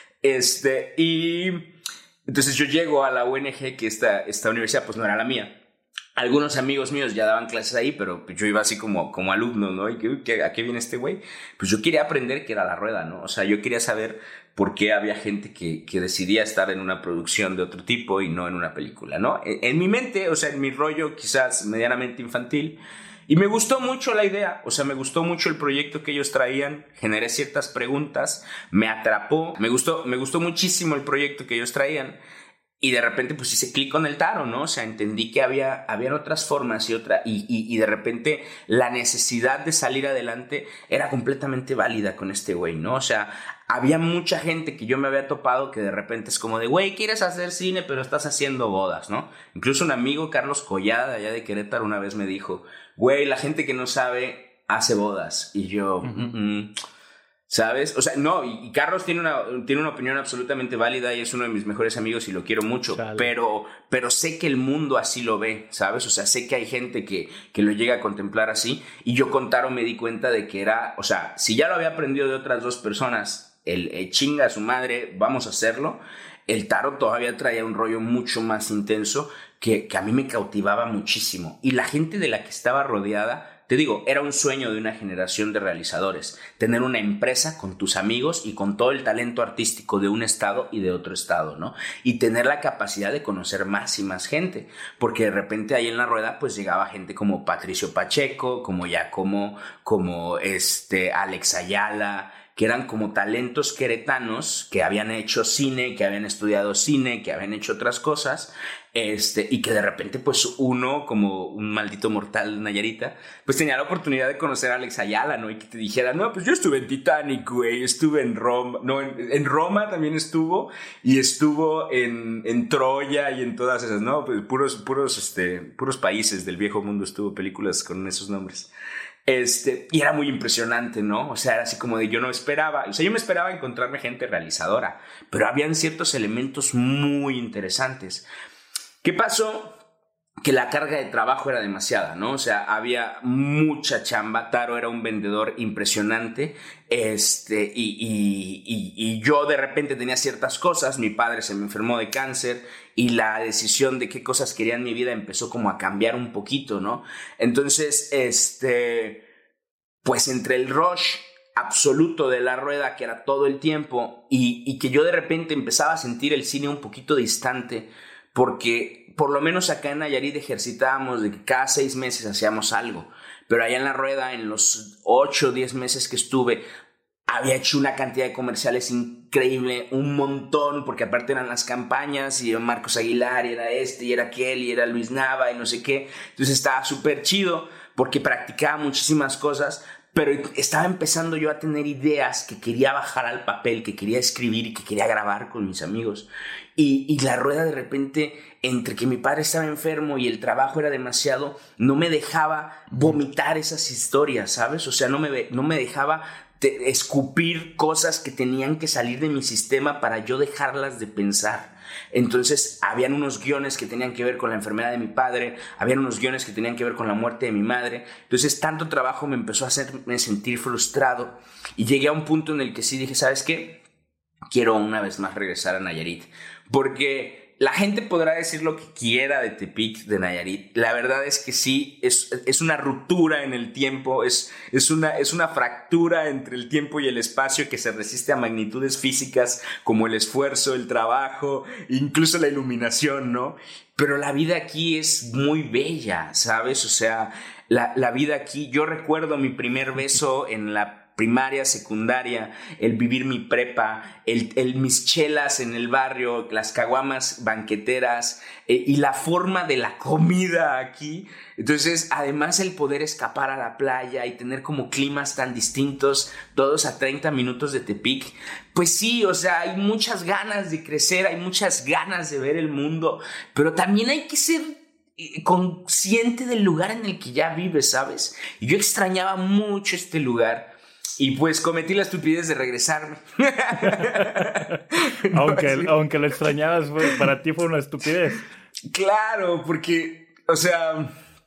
Y entonces yo llego a la UNG, que esta universidad pues no era la mía. Algunos amigos míos ya daban clases ahí, pero yo iba así como alumno, ¿no? ¿Y a qué viene este güey? Pues yo quería aprender qué era la rueda, ¿no? O sea, yo quería saber por qué había gente que decidía estar en una producción de otro tipo y no en una película, ¿no? En mi mente, o sea, en mi rollo quizás medianamente infantil, y me gustó mucho la idea, o sea, me gustó mucho el proyecto que ellos traían, generé ciertas preguntas, me atrapó, me gustó muchísimo el proyecto que ellos traían. Y de repente pues hice clic con el Taro, ¿no? O sea, entendí que habían otras formas y de repente la necesidad de salir adelante era completamente válida con este güey, ¿no? O sea, había mucha gente que yo me había topado que de repente es como de, güey, quieres hacer cine pero estás haciendo bodas, ¿no? Incluso un amigo, Carlos Collada, allá de Querétaro, una vez me dijo, güey, la gente que no sabe hace bodas. Y yo... ¿Sabes? O sea, no, y Carlos tiene una opinión absolutamente válida y es uno de mis mejores amigos y lo quiero mucho, pero sé que el mundo así lo ve, ¿sabes? O sea, sé que hay gente que lo llega a contemplar así y yo con Taro me di cuenta de que era, o sea, si ya lo había aprendido de otras dos personas, el chinga a su madre, vamos a hacerlo, el Taro todavía traía un rollo mucho más intenso que a mí me cautivaba muchísimo y la gente de la que estaba rodeada, te digo, era un sueño de una generación de realizadores, tener una empresa con tus amigos y con todo el talento artístico de un estado y de otro estado, ¿no? Y tener la capacidad de conocer más y más gente, porque de repente ahí en la rueda pues llegaba gente como Patricio Pacheco, como Alex Ayala, que eran como talentos queretanos que habían hecho cine, que habían estudiado cine, que habían hecho otras cosas, y que de repente pues uno, como un maldito mortal Nayarita, pues tenía la oportunidad de conocer a Alex Ayala, ¿no? Y que te dijera, no, pues yo estuve en Titanic, güey, estuve en Roma, no, en Roma también estuvo, y estuvo en Troya y en todas esas, ¿no? Pues puros países del viejo mundo estuvo, películas con esos nombres. Y era muy impresionante, ¿no? O sea, era así como de yo me esperaba encontrarme gente realizadora, pero habían ciertos elementos muy interesantes. ¿Qué pasó? Que la carga de trabajo era demasiada, ¿no? O sea, había mucha chamba. Taro era un vendedor impresionante, y yo de repente tenía ciertas cosas. Mi padre se me enfermó de cáncer y la decisión de qué cosas quería en mi vida empezó como a cambiar un poquito, ¿no? Entonces, pues entre el rush absoluto de la rueda, que era todo el tiempo, y que yo de repente empezaba a sentir el cine un poquito distante, porque por lo menos acá en Nayarit ejercitábamos de que cada 6 meses hacíamos algo, pero allá en la rueda, en los 8 o 10 meses que estuve, había hecho una cantidad de comerciales increíble, un montón, porque aparte eran las campañas, y era Marcos Aguilar, y era y era aquel, y era Luis Nava, y no sé qué. Entonces estaba súper chido, porque practicaba muchísimas cosas, pero estaba empezando yo a tener ideas que quería bajar al papel, que quería escribir y que quería grabar con mis amigos. Y la rueda de repente, entre que mi padre estaba enfermo y el trabajo era demasiado, no me dejaba vomitar esas historias, ¿sabes? O sea, no me dejaba escupir cosas que tenían que salir de mi sistema para yo dejarlas de pensar. Entonces habían unos guiones que tenían que ver con la enfermedad de mi padre, habían unos guiones que tenían que ver con la muerte de mi madre. Entonces tanto trabajo me empezó a hacerme sentir frustrado y llegué a un punto en el que sí dije, ¿sabes qué? Quiero una vez más regresar a Nayarit, porque la gente podrá decir lo que quiera de Tepic, de Nayarit. La verdad es que sí, es una ruptura en el tiempo, es una fractura entre el tiempo y el espacio que se resiste a magnitudes físicas como el esfuerzo, el trabajo, incluso la iluminación, ¿no? Pero la vida aquí es muy bella, ¿sabes? O sea, la vida aquí, yo recuerdo mi primer beso en la primaria, secundaria, el vivir mi prepa, mis chelas en el barrio, las caguamas banqueteras y la forma de la comida aquí. Entonces, además el poder escapar a la playa y tener como climas tan distintos, todos a 30 minutos de Tepic, pues sí, o sea, hay muchas ganas de crecer, hay muchas ganas de ver el mundo, pero también hay que ser consciente del lugar en el que ya vives, ¿sabes? Y yo extrañaba mucho este lugar. Y pues cometí la estupidez de regresarme. aunque lo extrañabas, para ti fue una estupidez. Claro, porque, o sea,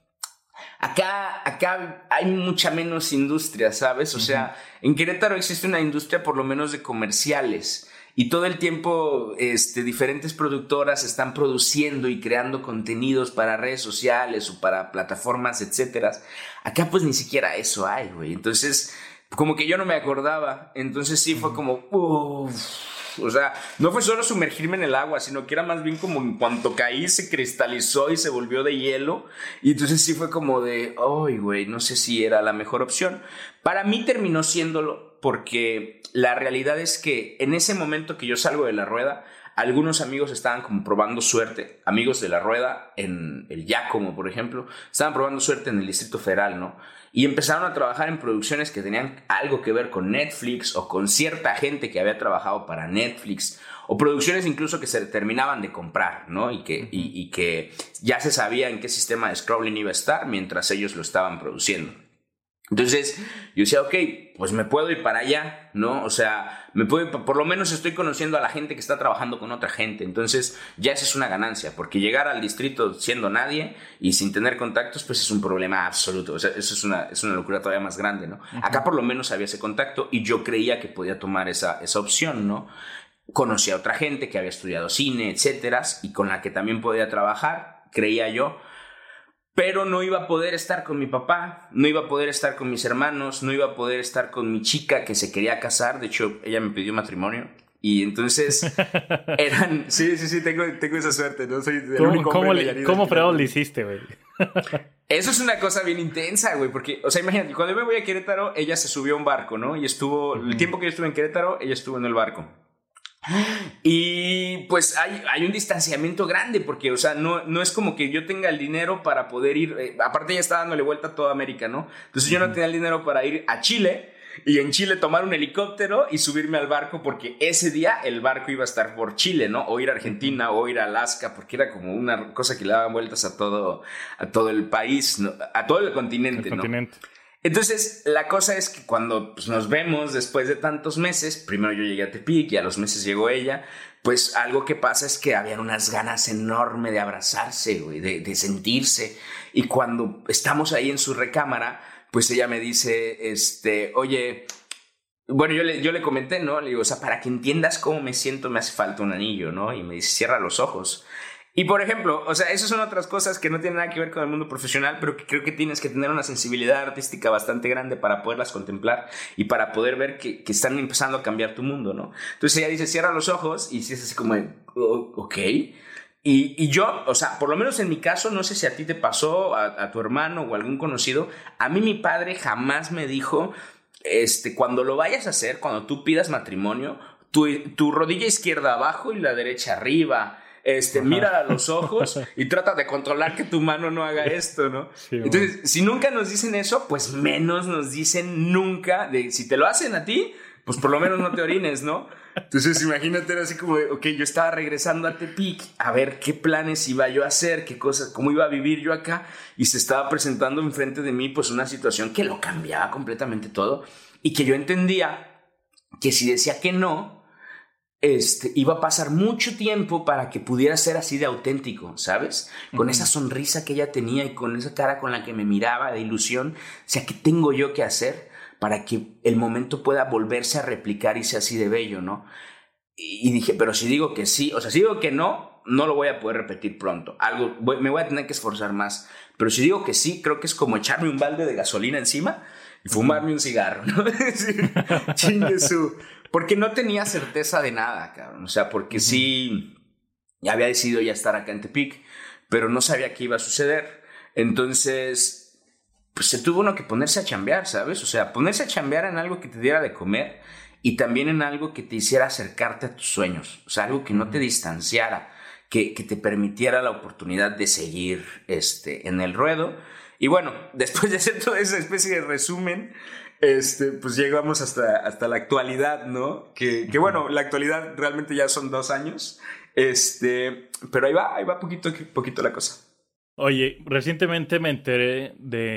acá hay mucha menos industria, ¿sabes? O sea, en Querétaro existe una industria por lo menos de comerciales. Y todo el tiempo diferentes productoras están produciendo y creando contenidos para redes sociales o para plataformas, etcétera. Acá pues ni siquiera eso hay, güey. Entonces, como que yo no me acordaba. Entonces sí fue como o sea, no fue solo sumergirme en el agua, sino que era más bien como en cuanto caí se cristalizó y se volvió de hielo. Y entonces sí fue como de, ay, güey, no sé si era la mejor opción. Para mí terminó siéndolo, porque la realidad es que en ese momento que yo salgo de la rueda, algunos amigos estaban como probando suerte, amigos de la rueda en el Giacomo, por ejemplo, estaban probando suerte en el Distrito Federal, ¿no? Y empezaron a trabajar en producciones que tenían algo que ver con Netflix o con cierta gente que había trabajado para Netflix, o producciones incluso que se terminaban de comprar, ¿no? Y que ya se sabía en qué sistema de scrolling iba a estar mientras ellos lo estaban produciendo. Entonces yo decía, ok, pues me puedo ir para allá, ¿no? O sea, por lo menos estoy conociendo a la gente que está trabajando con otra gente. Entonces ya esa es una ganancia, porque llegar al distrito siendo nadie y sin tener contactos, pues es un problema absoluto. O sea, eso es una locura todavía más grande, ¿no? Acá por lo menos había ese contacto y yo creía que podía tomar esa opción, ¿no? Conocí a otra gente que había estudiado cine, etcétera, y con la que también podía trabajar, creía yo. Pero no iba a poder estar con mi papá, no iba a poder estar con mis hermanos, no iba a poder estar con mi chica que se quería casar. De hecho, ella me pidió matrimonio. Y entonces eran... Sí, tengo esa suerte, ¿no? Soy el único hombre. ¿Cómo fregado le hiciste, güey? Eso es una cosa bien intensa, güey, porque, o sea, imagínate, cuando yo me voy a Querétaro, ella se subió a un barco, ¿no? Y estuvo... El tiempo que yo estuve en Querétaro, ella estuvo en el barco. Y pues hay un distanciamiento grande, porque, o sea, no es como que yo tenga el dinero para poder ir, aparte ella está dándole vuelta a toda América, ¿no? Entonces yo no tenía el dinero para ir a Chile y en Chile tomar un helicóptero y subirme al barco, porque ese día el barco iba a estar por Chile, ¿no? O ir a Argentina o ir a Alaska, porque era como una cosa que le daban vueltas a todo el país, ¿no? A todo el continente, ¿no? Entonces, la cosa es que cuando pues, nos vemos después de tantos meses, primero yo llegué a Tepic y a los meses llegó ella, pues algo que pasa es que habían unas ganas enormes de abrazarse, güey, de sentirse. Y cuando estamos ahí en su recámara, pues ella me dice, oye, bueno, yo le comenté, ¿no? Le digo, o sea, para que entiendas cómo me siento me hace falta un anillo, ¿no? Y me dice, cierra los ojos. Y por ejemplo, o sea, esas son otras cosas que no tienen nada que ver con el mundo profesional, pero que creo que tienes que tener una sensibilidad artística bastante grande para poderlas contemplar y para poder ver que están empezando a cambiar tu mundo, ¿no? Entonces ella dice, cierra los ojos, y si es así como, ok. Y yo, o sea, por lo menos en mi caso, no sé si a ti te pasó, a tu hermano o a algún conocido, a mí mi padre jamás me dijo, cuando lo vayas a hacer, cuando tú pidas matrimonio, tu rodilla izquierda abajo y la derecha arriba. Mira a los ojos y trata de controlar que tu mano no haga esto, ¿no? Sí, entonces, si nunca nos dicen eso, pues menos nos dicen nunca si te lo hacen a ti, pues por lo menos no te orines, ¿no? Entonces, imagínate, era así como, ok, yo estaba regresando a Tepic a ver qué planes iba yo a hacer, qué cosas, cómo iba a vivir yo acá, y se estaba presentando enfrente de mí, pues una situación que lo cambiaba completamente todo, y que yo entendía que si decía que no, iba a pasar mucho tiempo para que pudiera ser así de auténtico, ¿sabes? Con esa sonrisa que ella tenía y con esa cara con la que me miraba de ilusión. O sea, ¿qué tengo yo que hacer para que el momento pueda volverse a replicar y sea así de bello, ¿no? Y dije, pero si digo que sí, o sea, si digo que no, no lo voy a poder repetir pronto. Me voy a tener que esforzar más. Pero si digo que sí, creo que es como echarme un balde de gasolina encima y fumarme un cigarro, ¿no? Chingue su. Porque no tenía certeza de nada, cabrón. O sea, porque sí, ya había decidido ya estar acá en Tepic, pero no sabía qué iba a suceder. Entonces, pues se tuvo uno que ponerse a chambear, ¿sabes? O sea, ponerse a chambear en algo que te diera de comer y también en algo que te hiciera acercarte a tus sueños. O sea, algo que no te distanciara, que te permitiera la oportunidad de seguir en el ruedo. Y bueno, después de hacer toda esa especie de resumen, pues llegamos hasta la actualidad, ¿no? Que bueno, la actualidad realmente ya son 2 años, pero ahí va poquito la cosa. Oye, recientemente me enteré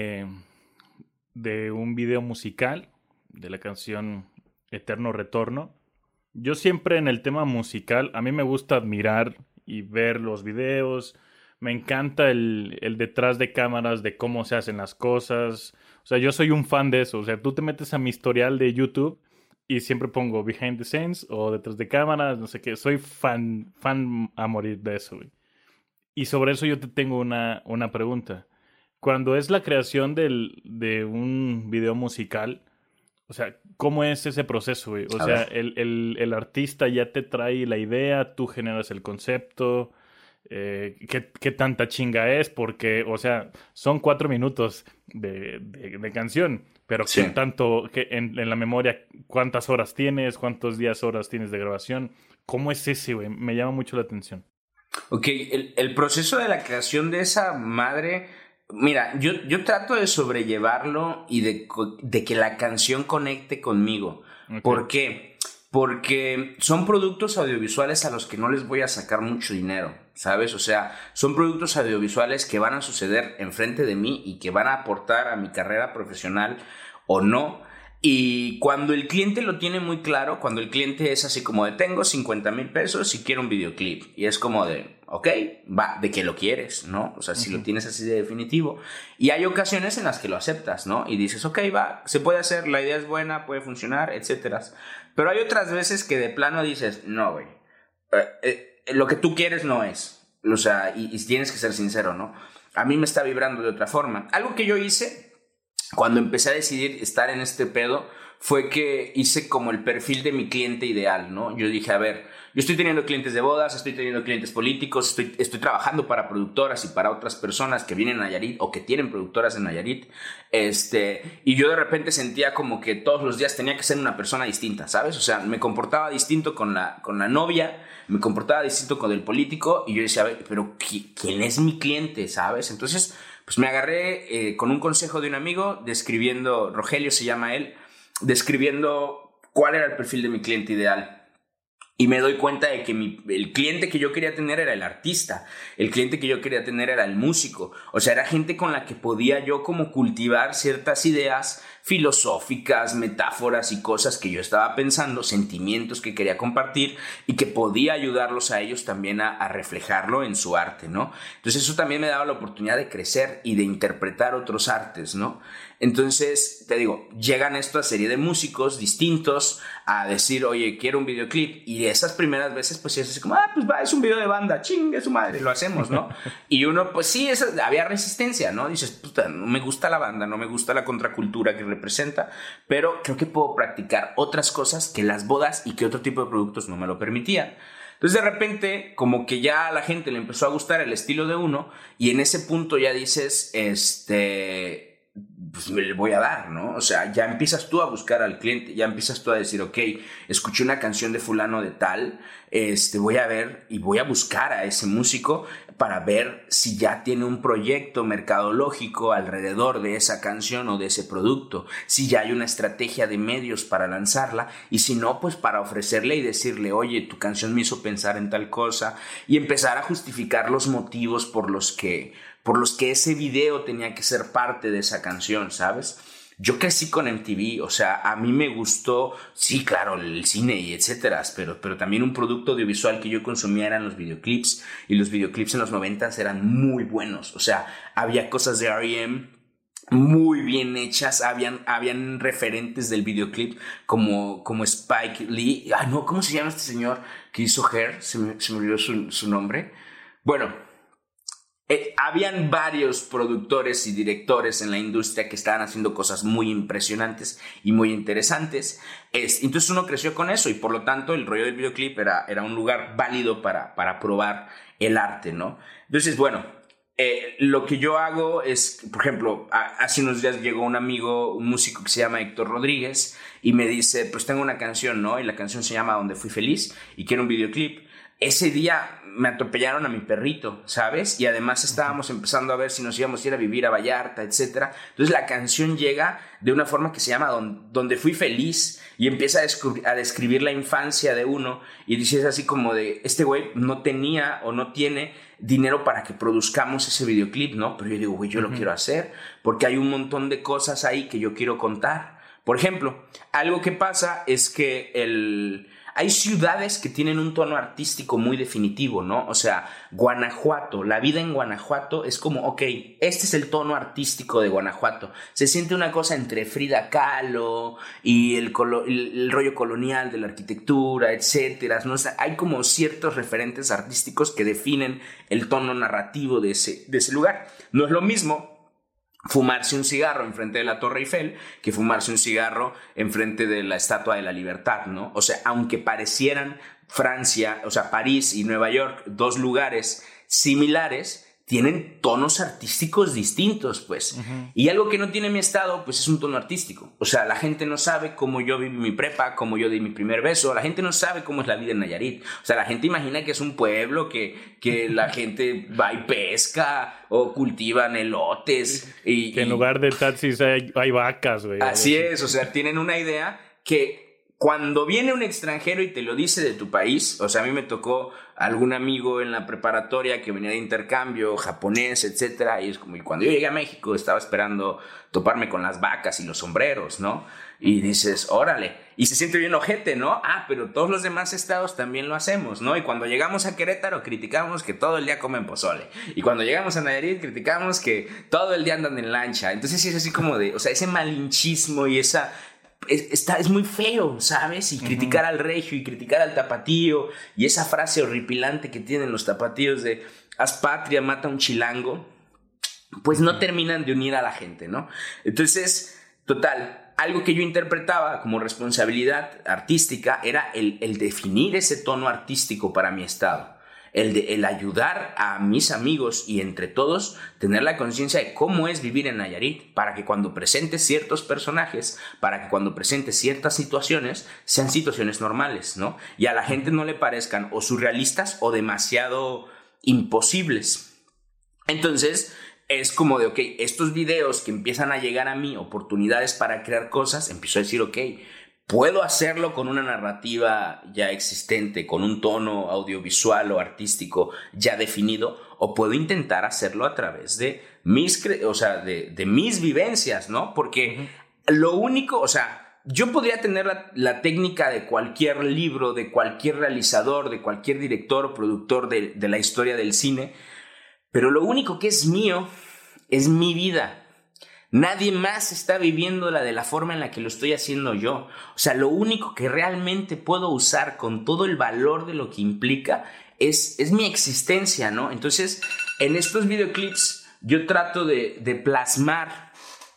de un video musical de la canción Eterno Retorno. Yo siempre en el tema musical, a mí me gusta admirar y ver los videos. Me encanta el detrás de cámaras de cómo se hacen las cosas. O sea, yo soy un fan de eso. O sea, tú te metes a mi historial de YouTube y siempre pongo behind the scenes o detrás de cámaras, no sé qué. Soy fan a morir de eso, güey. Y sobre eso yo te tengo una pregunta. Cuando es la creación de un video musical, o sea, ¿cómo es ese proceso, güey? O sea, el artista ya te trae la idea, tú generas el concepto. ¿Qué tanta chinga es? Porque, o sea, son 4 minutos de canción, pero sí. ¿Qué tanto en la memoria? ¿Cuántas horas tienes? ¿Cuántos días, horas tienes de grabación? ¿Cómo es ese, güey? Me llama mucho la atención. Ok, el proceso de la creación de esa madre, mira, yo trato de sobrellevarlo y de que la canción conecte conmigo. Okay. ¿Por qué? Porque son productos audiovisuales a los que no les voy a sacar mucho dinero, ¿sabes? O sea, son productos audiovisuales que van a suceder enfrente de mí y que van a aportar a mi carrera profesional o no. Y cuando el cliente lo tiene muy claro, cuando el cliente es así como de tengo 50,000 pesos y quiero un videoclip, y es como de, ok, va, de que lo quieres, ¿no? O sea, si lo tienes así de definitivo. Y hay ocasiones en las que lo aceptas, ¿no? Y dices, ok, va, se puede hacer, la idea es buena, puede funcionar, etcétera. Pero hay otras veces que de plano dices, no, güey, lo que tú quieres no es. O sea, y tienes que ser sincero, ¿no? A mí me está vibrando de otra forma. Algo que yo hice cuando empecé a decidir estar en este pedo fue que hice como el perfil de mi cliente ideal, ¿no? Yo dije, a ver, yo estoy teniendo clientes de bodas, estoy teniendo clientes políticos, estoy trabajando para productoras y para otras personas que vienen a Nayarit o que tienen productoras en Nayarit, y yo de repente sentía como que todos los días tenía que ser una persona distinta, ¿sabes? O sea, me comportaba distinto con la novia, me comportaba distinto con el político y yo decía, a ver, pero ¿quién es mi cliente, ¿sabes? Entonces, pues me agarré con un consejo de un amigo, describiendo, Rogelio se llama él, describiendo cuál era el perfil de mi cliente ideal. Y me doy cuenta de que el cliente que yo quería tener era el artista, el cliente que yo quería tener era el músico. O sea, era gente con la que podía yo como cultivar ciertas ideas filosóficas, metáforas y cosas que yo estaba pensando, sentimientos que quería compartir y que podía ayudarlos a ellos también a reflejarlo en su arte, ¿no? Entonces eso también me daba la oportunidad de crecer y de interpretar otros artes, ¿no? Entonces, te digo, llegan esta serie de músicos distintos a decir, oye, quiero un videoclip. Y esas primeras veces, pues es así como, pues va, es un video de banda, chingue su madre, lo hacemos, ¿no? Y uno, pues sí, había resistencia, ¿no? Dices, puta, no me gusta la banda, no me gusta la contracultura que representa, pero creo que puedo practicar otras cosas que las bodas y que otro tipo de productos no me lo permitían. Entonces de repente como que ya a la gente le empezó a gustar el estilo de uno y en ese punto ya dices, pues me le voy a dar, ¿no? O sea, ya empiezas tú a buscar al cliente, ya empiezas tú a decir, ok, escuché una canción de fulano de tal, voy a ver y voy a buscar a ese músico para ver si ya tiene un proyecto mercadológico alrededor de esa canción o de ese producto, si ya hay una estrategia de medios para lanzarla y si no, pues para ofrecerle y decirle, oye, tu canción me hizo pensar en tal cosa y empezar a justificar los motivos por los que ese video tenía que ser parte de esa canción, ¿sabes? Yo crecí con MTV, o sea, a mí me gustó, sí, claro, el cine y etcétera, pero también un producto audiovisual que yo consumía eran los videoclips, y los videoclips en los 90s eran muy buenos, o sea, había cosas de R.E.M., muy bien hechas. Habían referentes del videoclip como Spike Lee. No, ¿cómo se llama este señor que hizo Hair? Se me olvidó su nombre. Bueno, habían varios productores y directores en la industria que estaban haciendo cosas muy impresionantes y muy interesantes. Entonces uno creció con eso y por lo tanto el rollo del videoclip era un lugar válido para probar el arte, ¿no? Entonces, bueno, lo que yo hago es, por ejemplo, hace unos días llegó un amigo, un músico que se llama Héctor Rodríguez, y me dice, pues tengo una canción, ¿no? Y la canción se llama Donde Fui Feliz y quiero un videoclip. Ese día me atropellaron a mi perrito, ¿sabes? Y además estábamos empezando a ver si nos íbamos a ir a vivir a Vallarta, etcétera. Entonces la canción llega de una forma que se llama Donde Fui Feliz y empieza a describir la infancia de uno y dices así como de, este güey no tenía o no tiene dinero para que produzcamos ese videoclip, ¿no? Pero yo digo, güey, yo lo quiero hacer porque hay un montón de cosas ahí que yo quiero contar. Por ejemplo, algo que pasa es que hay ciudades que tienen un tono artístico muy definitivo, ¿no? O sea, Guanajuato, la vida en Guanajuato es como, ok, este es el tono artístico de Guanajuato. Se siente una cosa entre Frida Kahlo y el rollo colonial de la arquitectura, etcétera, ¿no? O sea, hay como ciertos referentes artísticos que definen el tono narrativo de ese lugar. No es lo mismo fumarse un cigarro enfrente de la Torre Eiffel que fumarse un cigarro enfrente de la Estatua de la Libertad, ¿no? O sea, aunque parecieran Francia, o sea, París y Nueva York, dos lugares similares, tienen tonos artísticos distintos, pues. Uh-huh. Y algo que no tiene mi estado, pues es un tono artístico. O sea, la gente no sabe cómo yo viví mi prepa, cómo yo di mi primer beso. La gente no sabe cómo es la vida en Nayarit. O sea, la gente imagina que es un pueblo que la gente va y pesca o cultivan elotes. Que en lugar de taxis hay vacas, güey. Así es, o sea, tienen una idea que cuando viene un extranjero y te lo dice de tu país, o sea, a mí me tocó algún amigo en la preparatoria que venía de intercambio, japonés, etcétera, y es como, y cuando yo llegué a México estaba esperando toparme con las vacas y los sombreros, ¿no? Y dices, órale, y se siente bien ojete, ¿no? Pero todos los demás estados también lo hacemos, ¿no? Y cuando llegamos a Querétaro criticamos que todo el día comen pozole, y cuando llegamos a Nayarit criticamos que todo el día andan en lancha. Entonces sí es así como de, o sea, ese malinchismo y esa... Es muy feo, ¿sabes? Y criticar al regio y criticar al tapatío y esa frase horripilante que tienen los tapatíos de haz patria, mata a un chilango, pues no terminan de unir a la gente, ¿no? Entonces, total, algo que yo interpretaba como responsabilidad artística era el definir ese tono artístico para mi estado. El ayudar a mis amigos y entre todos tener la conciencia de cómo es vivir en Nayarit, para que cuando presentes ciertos personajes, para que cuando presentes ciertas situaciones, sean situaciones normales, ¿no? Y a la gente no le parezcan o surrealistas o demasiado imposibles. Entonces es como de, ok, estos videos que empiezan a llegar a mí, oportunidades para crear cosas, empiezo a decir, ok, puedo hacerlo con una narrativa ya existente, con un tono audiovisual o artístico ya definido, o puedo intentar hacerlo a través de de mis vivencias, ¿no? Porque lo único, o sea, yo podría tener la técnica de cualquier libro, de cualquier realizador, de cualquier director o productor de la historia del cine, pero lo único que es mío es mi vida. Nadie más está viviéndola de la forma en la que lo estoy haciendo yo. O sea, lo único que realmente puedo usar con todo el valor de lo que implica es mi existencia, ¿no? Entonces, en estos videoclips yo trato de plasmar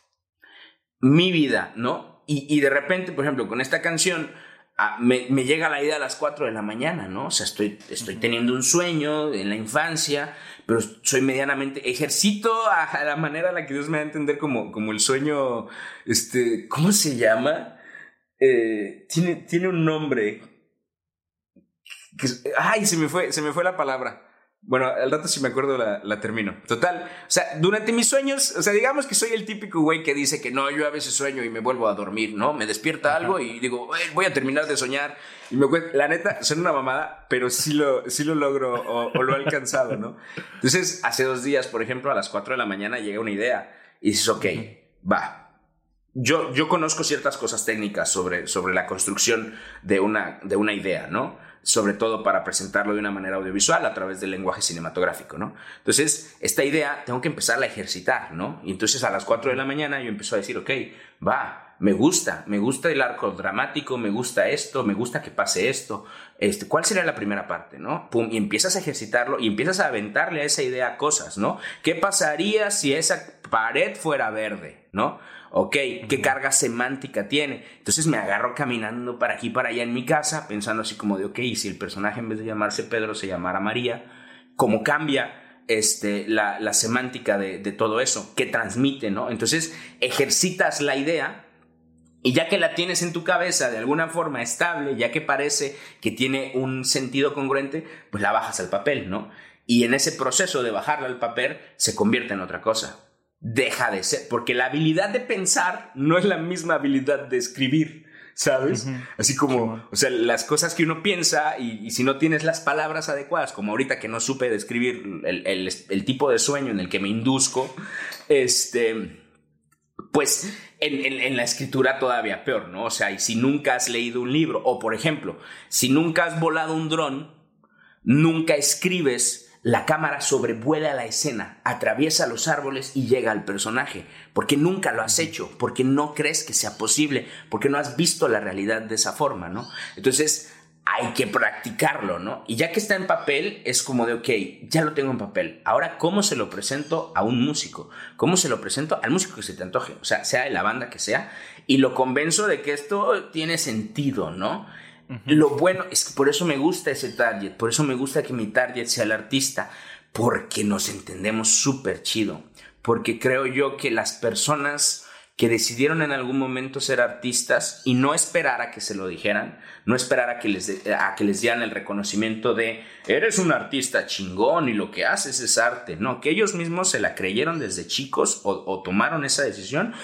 mi vida, ¿no? Y de repente, por ejemplo, con esta canción me llega la idea a las 4 de la mañana, ¿no? O sea, estoy teniendo un sueño en la infancia, pero soy medianamente... Ejercito a la manera a la que Dios me da a entender como el sueño... ¿Cómo se llama? Tiene un nombre. ¡Ay! Se me fue la palabra. Bueno, al rato si me acuerdo la termino. Total, o sea, durante mis sueños, o sea, digamos que soy el típico güey que dice que no, yo a veces sueño y me vuelvo a dormir, ¿no? Me despierta algo y digo, voy a terminar de soñar. Y la neta, suena una mamada, pero sí lo logro o lo he alcanzado, ¿no? Entonces, hace 2 días, por ejemplo, a las 4 de la mañana llega una idea y dices, ok, va. Yo conozco ciertas cosas técnicas sobre la construcción de una idea, ¿no? sobre todo para presentarlo de una manera audiovisual a través del lenguaje cinematográfico, ¿no? Entonces, esta idea tengo que empezarla a ejercitar, ¿no? Y entonces a las 4 de la mañana yo empiezo a decir, ok, me gusta el arco dramático, me gusta esto, me gusta que pase esto, ¿cuál sería la primera parte, no? Pum, y empiezas a ejercitarlo y empiezas a aventarle a esa idea cosas, ¿no? ¿Qué pasaría si esa pared fuera verde, no? Ok, ¿qué carga semántica tiene? Entonces me agarro caminando para aquí y para allá en mi casa, pensando así como de, ok, y si el personaje en vez de llamarse Pedro se llamara María, ¿cómo cambia la semántica de todo eso? ¿Qué transmite, no? Entonces ejercitas la idea y ya que la tienes en tu cabeza de alguna forma estable, ya que parece que tiene un sentido congruente, pues la bajas al papel, ¿no? Y en ese proceso de bajarla al papel se convierte en otra cosa. Deja de ser, porque la habilidad de pensar no es la misma habilidad de escribir, ¿sabes? Así como, o sea, las cosas que uno piensa y si no tienes las palabras adecuadas, como ahorita que no supe describir el tipo de sueño en el que me induzco, pues en la escritura todavía peor, ¿no? O sea, y si nunca has leído un libro, o por ejemplo, si nunca has volado un dron, nunca escribes. La cámara sobrevuela la escena, atraviesa los árboles y llega al personaje, porque nunca lo has hecho, porque no crees que sea posible, porque no has visto la realidad de esa forma, ¿no? Entonces hay que practicarlo, ¿no? Y ya que está en papel, es como de, ok, ya lo tengo en papel, ahora ¿cómo se lo presento a un músico? ¿Cómo se lo presento al músico que se te antoje? O sea de la banda que sea, y lo convenzo de que esto tiene sentido, ¿no? Lo bueno es que por eso me gusta ese target, por eso me gusta que mi target sea el artista, porque nos entendemos súper chido, porque creo yo que las personas que decidieron en algún momento ser artistas y no esperar a que se lo dijeran, no esperar a que les dieran el reconocimiento de eres un artista chingón y lo que haces es arte, no, que ellos mismos se la creyeron desde chicos o tomaron esa decisión,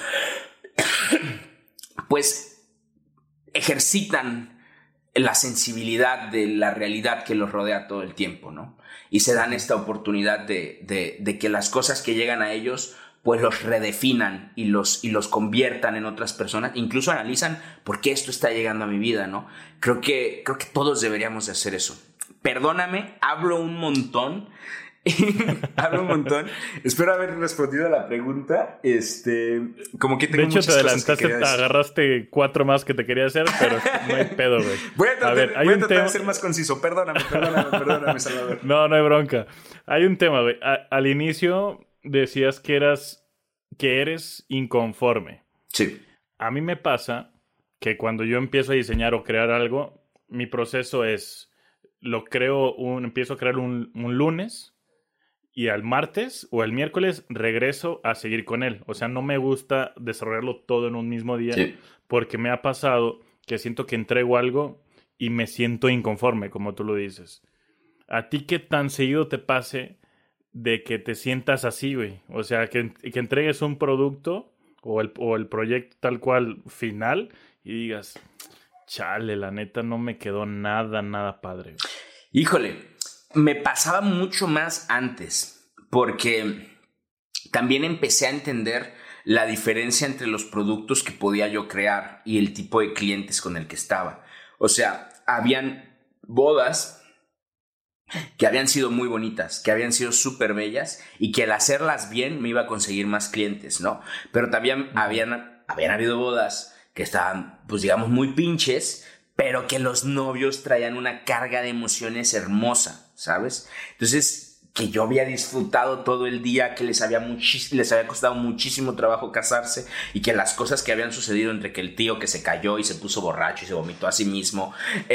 pues ejercitan la sensibilidad de la realidad que los rodea todo el tiempo, ¿no? Y se dan esta oportunidad de que las cosas que llegan a ellos pues los redefinan y los conviertan en otras personas, incluso analizan por qué esto está llegando a mi vida, ¿no? Creo que todos deberíamos de hacer eso. Perdóname, hablo un montón. Espero haber respondido a la pregunta. Como que tengo, de hecho, te adelantaste, te agarraste 4 más que te quería hacer, pero no hay pedo, güey. Voy a tratar de ser más conciso. Perdóname, Salvador. No hay bronca. Hay un tema, güey. Al inicio decías que eres inconforme. Sí. A mí me pasa que cuando yo empiezo a diseñar o crear algo, mi proceso es, empiezo a crear un lunes y al martes o el miércoles regreso a seguir con él. O sea, no me gusta desarrollarlo todo en un mismo día, sí, porque me ha pasado que siento que entrego algo y me siento inconforme, como tú lo dices. ¿A ti qué tan seguido te pase de que te sientas así, güey? O sea, que entregues un producto o el proyecto tal cual final y digas, chale, la neta no me quedó nada padre. Híjole, me pasaba mucho más antes, porque también empecé a entender la diferencia entre los productos que podía yo crear y el tipo de clientes con el que estaba. O sea, habían bodas que habían sido muy bonitas, que habían sido súper bellas y que al hacerlas bien me iba a conseguir más clientes, ¿no? Pero también habían habido bodas que estaban, pues digamos, muy pinches, pero que los novios traían una carga de emociones hermosa, ¿sabes? Entonces, que yo había disfrutado todo el día, que les había costado muchísimo trabajo casarse y que las cosas que habían sucedido entre que el tío que se cayó y se puso borracho y se vomitó a sí mismo,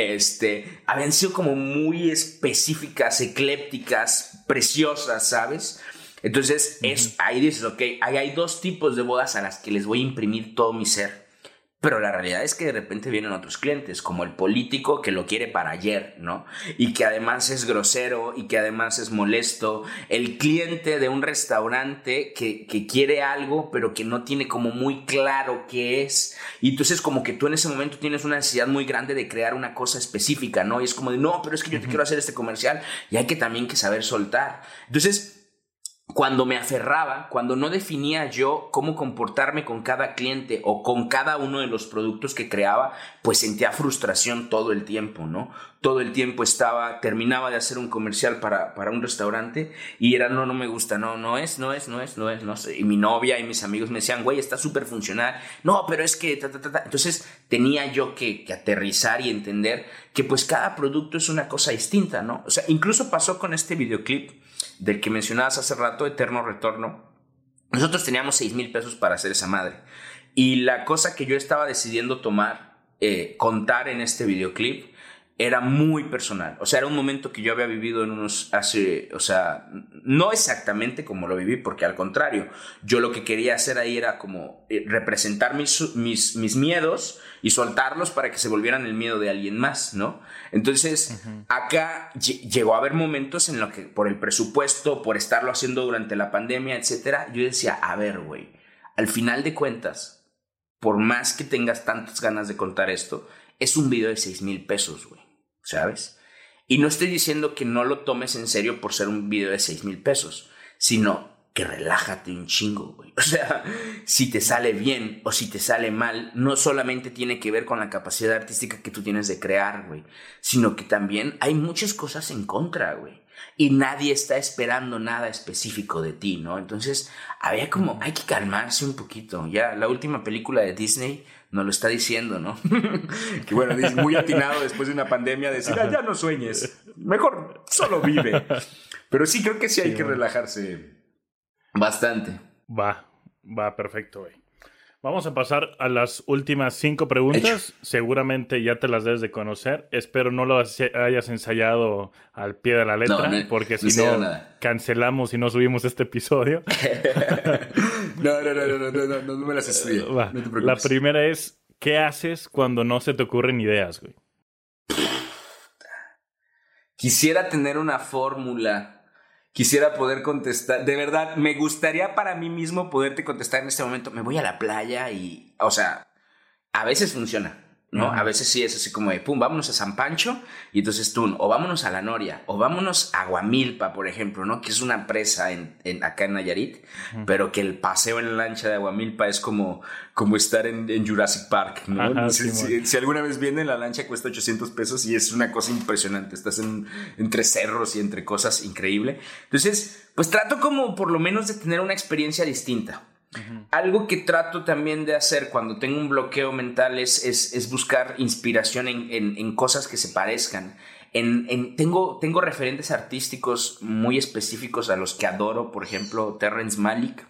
habían sido como muy específicas, eclépticas, preciosas, ¿sabes? Entonces, ahí dices, ok, ahí hay 2 tipos de bodas a las que les voy a imprimir todo mi ser. Pero la realidad es que de repente vienen otros clientes, como el político que lo quiere para ayer, ¿no? Y que además es grosero y que además es molesto. El cliente de un restaurante que quiere algo, pero que no tiene como muy claro qué es. Y entonces como que tú en ese momento tienes una necesidad muy grande de crear una cosa específica, ¿no? Y es como de, no, pero es que yo te quiero hacer este comercial y hay que también que saber soltar. Entonces, cuando me aferraba, cuando no definía yo cómo comportarme con cada cliente o con cada uno de los productos que creaba, pues sentía frustración todo el tiempo, ¿no? Todo el tiempo terminaba de hacer un comercial para un restaurante y era, no me gusta, no es. Y mi novia y mis amigos me decían, güey, está súper funcional. No, pero es que, Entonces tenía yo que aterrizar y entender que pues cada producto es una cosa distinta, ¿no? O sea, incluso pasó con este videoclip del que mencionabas hace rato, Eterno Retorno. Nosotros teníamos 6,000 pesos para hacer esa madre. Y la cosa que yo estaba decidiendo contar en este videoclip, era muy personal. O sea, era un momento que yo había vivido no exactamente como lo viví, porque al contrario, yo lo que quería hacer ahí era como representar mis miedos y soltarlos para que se volvieran el miedo de alguien más, ¿no? Entonces, acá llegó a haber momentos en los que por el presupuesto, por estarlo haciendo durante la pandemia, etcétera, yo decía, a ver, güey, al final de cuentas, por más que tengas tantas ganas de contar esto, es un video de 6,000 pesos, güey, ¿sabes? Y no estoy diciendo que no lo tomes en serio por ser un video de 6,000 pesos, sino que relájate un chingo, güey. O sea, si te sale bien o si te sale mal, no solamente tiene que ver con la capacidad artística que tú tienes de crear, güey, sino que también hay muchas cosas en contra, güey. Y nadie está esperando nada específico de ti, ¿no? Entonces, hay que calmarse un poquito. Ya la última película de Disney nos lo está diciendo, ¿no? Que bueno, es muy atinado después de una pandemia decir, ya no sueñes, mejor solo vive. Pero sí, creo que sí hay que relajarse bastante. Va, perfecto, güey. Vamos a pasar a las últimas 5 preguntas. Seguramente ya te las debes de conocer. Espero no lo hayas ensayado al pie de la letra, porque si no, cancelamos y no subimos este episodio. No me las estudié. No te preocupes. La primera es, ¿qué haces cuando no se te ocurren ideas, güey? Quisiera tener una fórmula. Quisiera poder contestar. De verdad, me gustaría para mí mismo poderte contestar en este momento. Me voy a la playa y... O sea, a veces funciona, ¿no? A veces sí es así como de, pum, vámonos a San Pancho y entonces tú, o vámonos a La Noria, o vámonos a Aguamilpa, por ejemplo, ¿no? Que es una presa acá en Nayarit, pero que el paseo en la lancha de Aguamilpa es como estar en Jurassic Park, ¿no? Ajá, si alguna vez vienen, la lancha cuesta 800 pesos y es una cosa impresionante. Estás entre cerros y entre cosas increíble. Entonces, pues trato como por lo menos de tener una experiencia distinta. Algo que trato también de hacer cuando tengo un mental es buscar inspiración en cosas que se parezcan. Tengo referentes artísticos muy específicos a los que adoro, por ejemplo, Terrence Malick.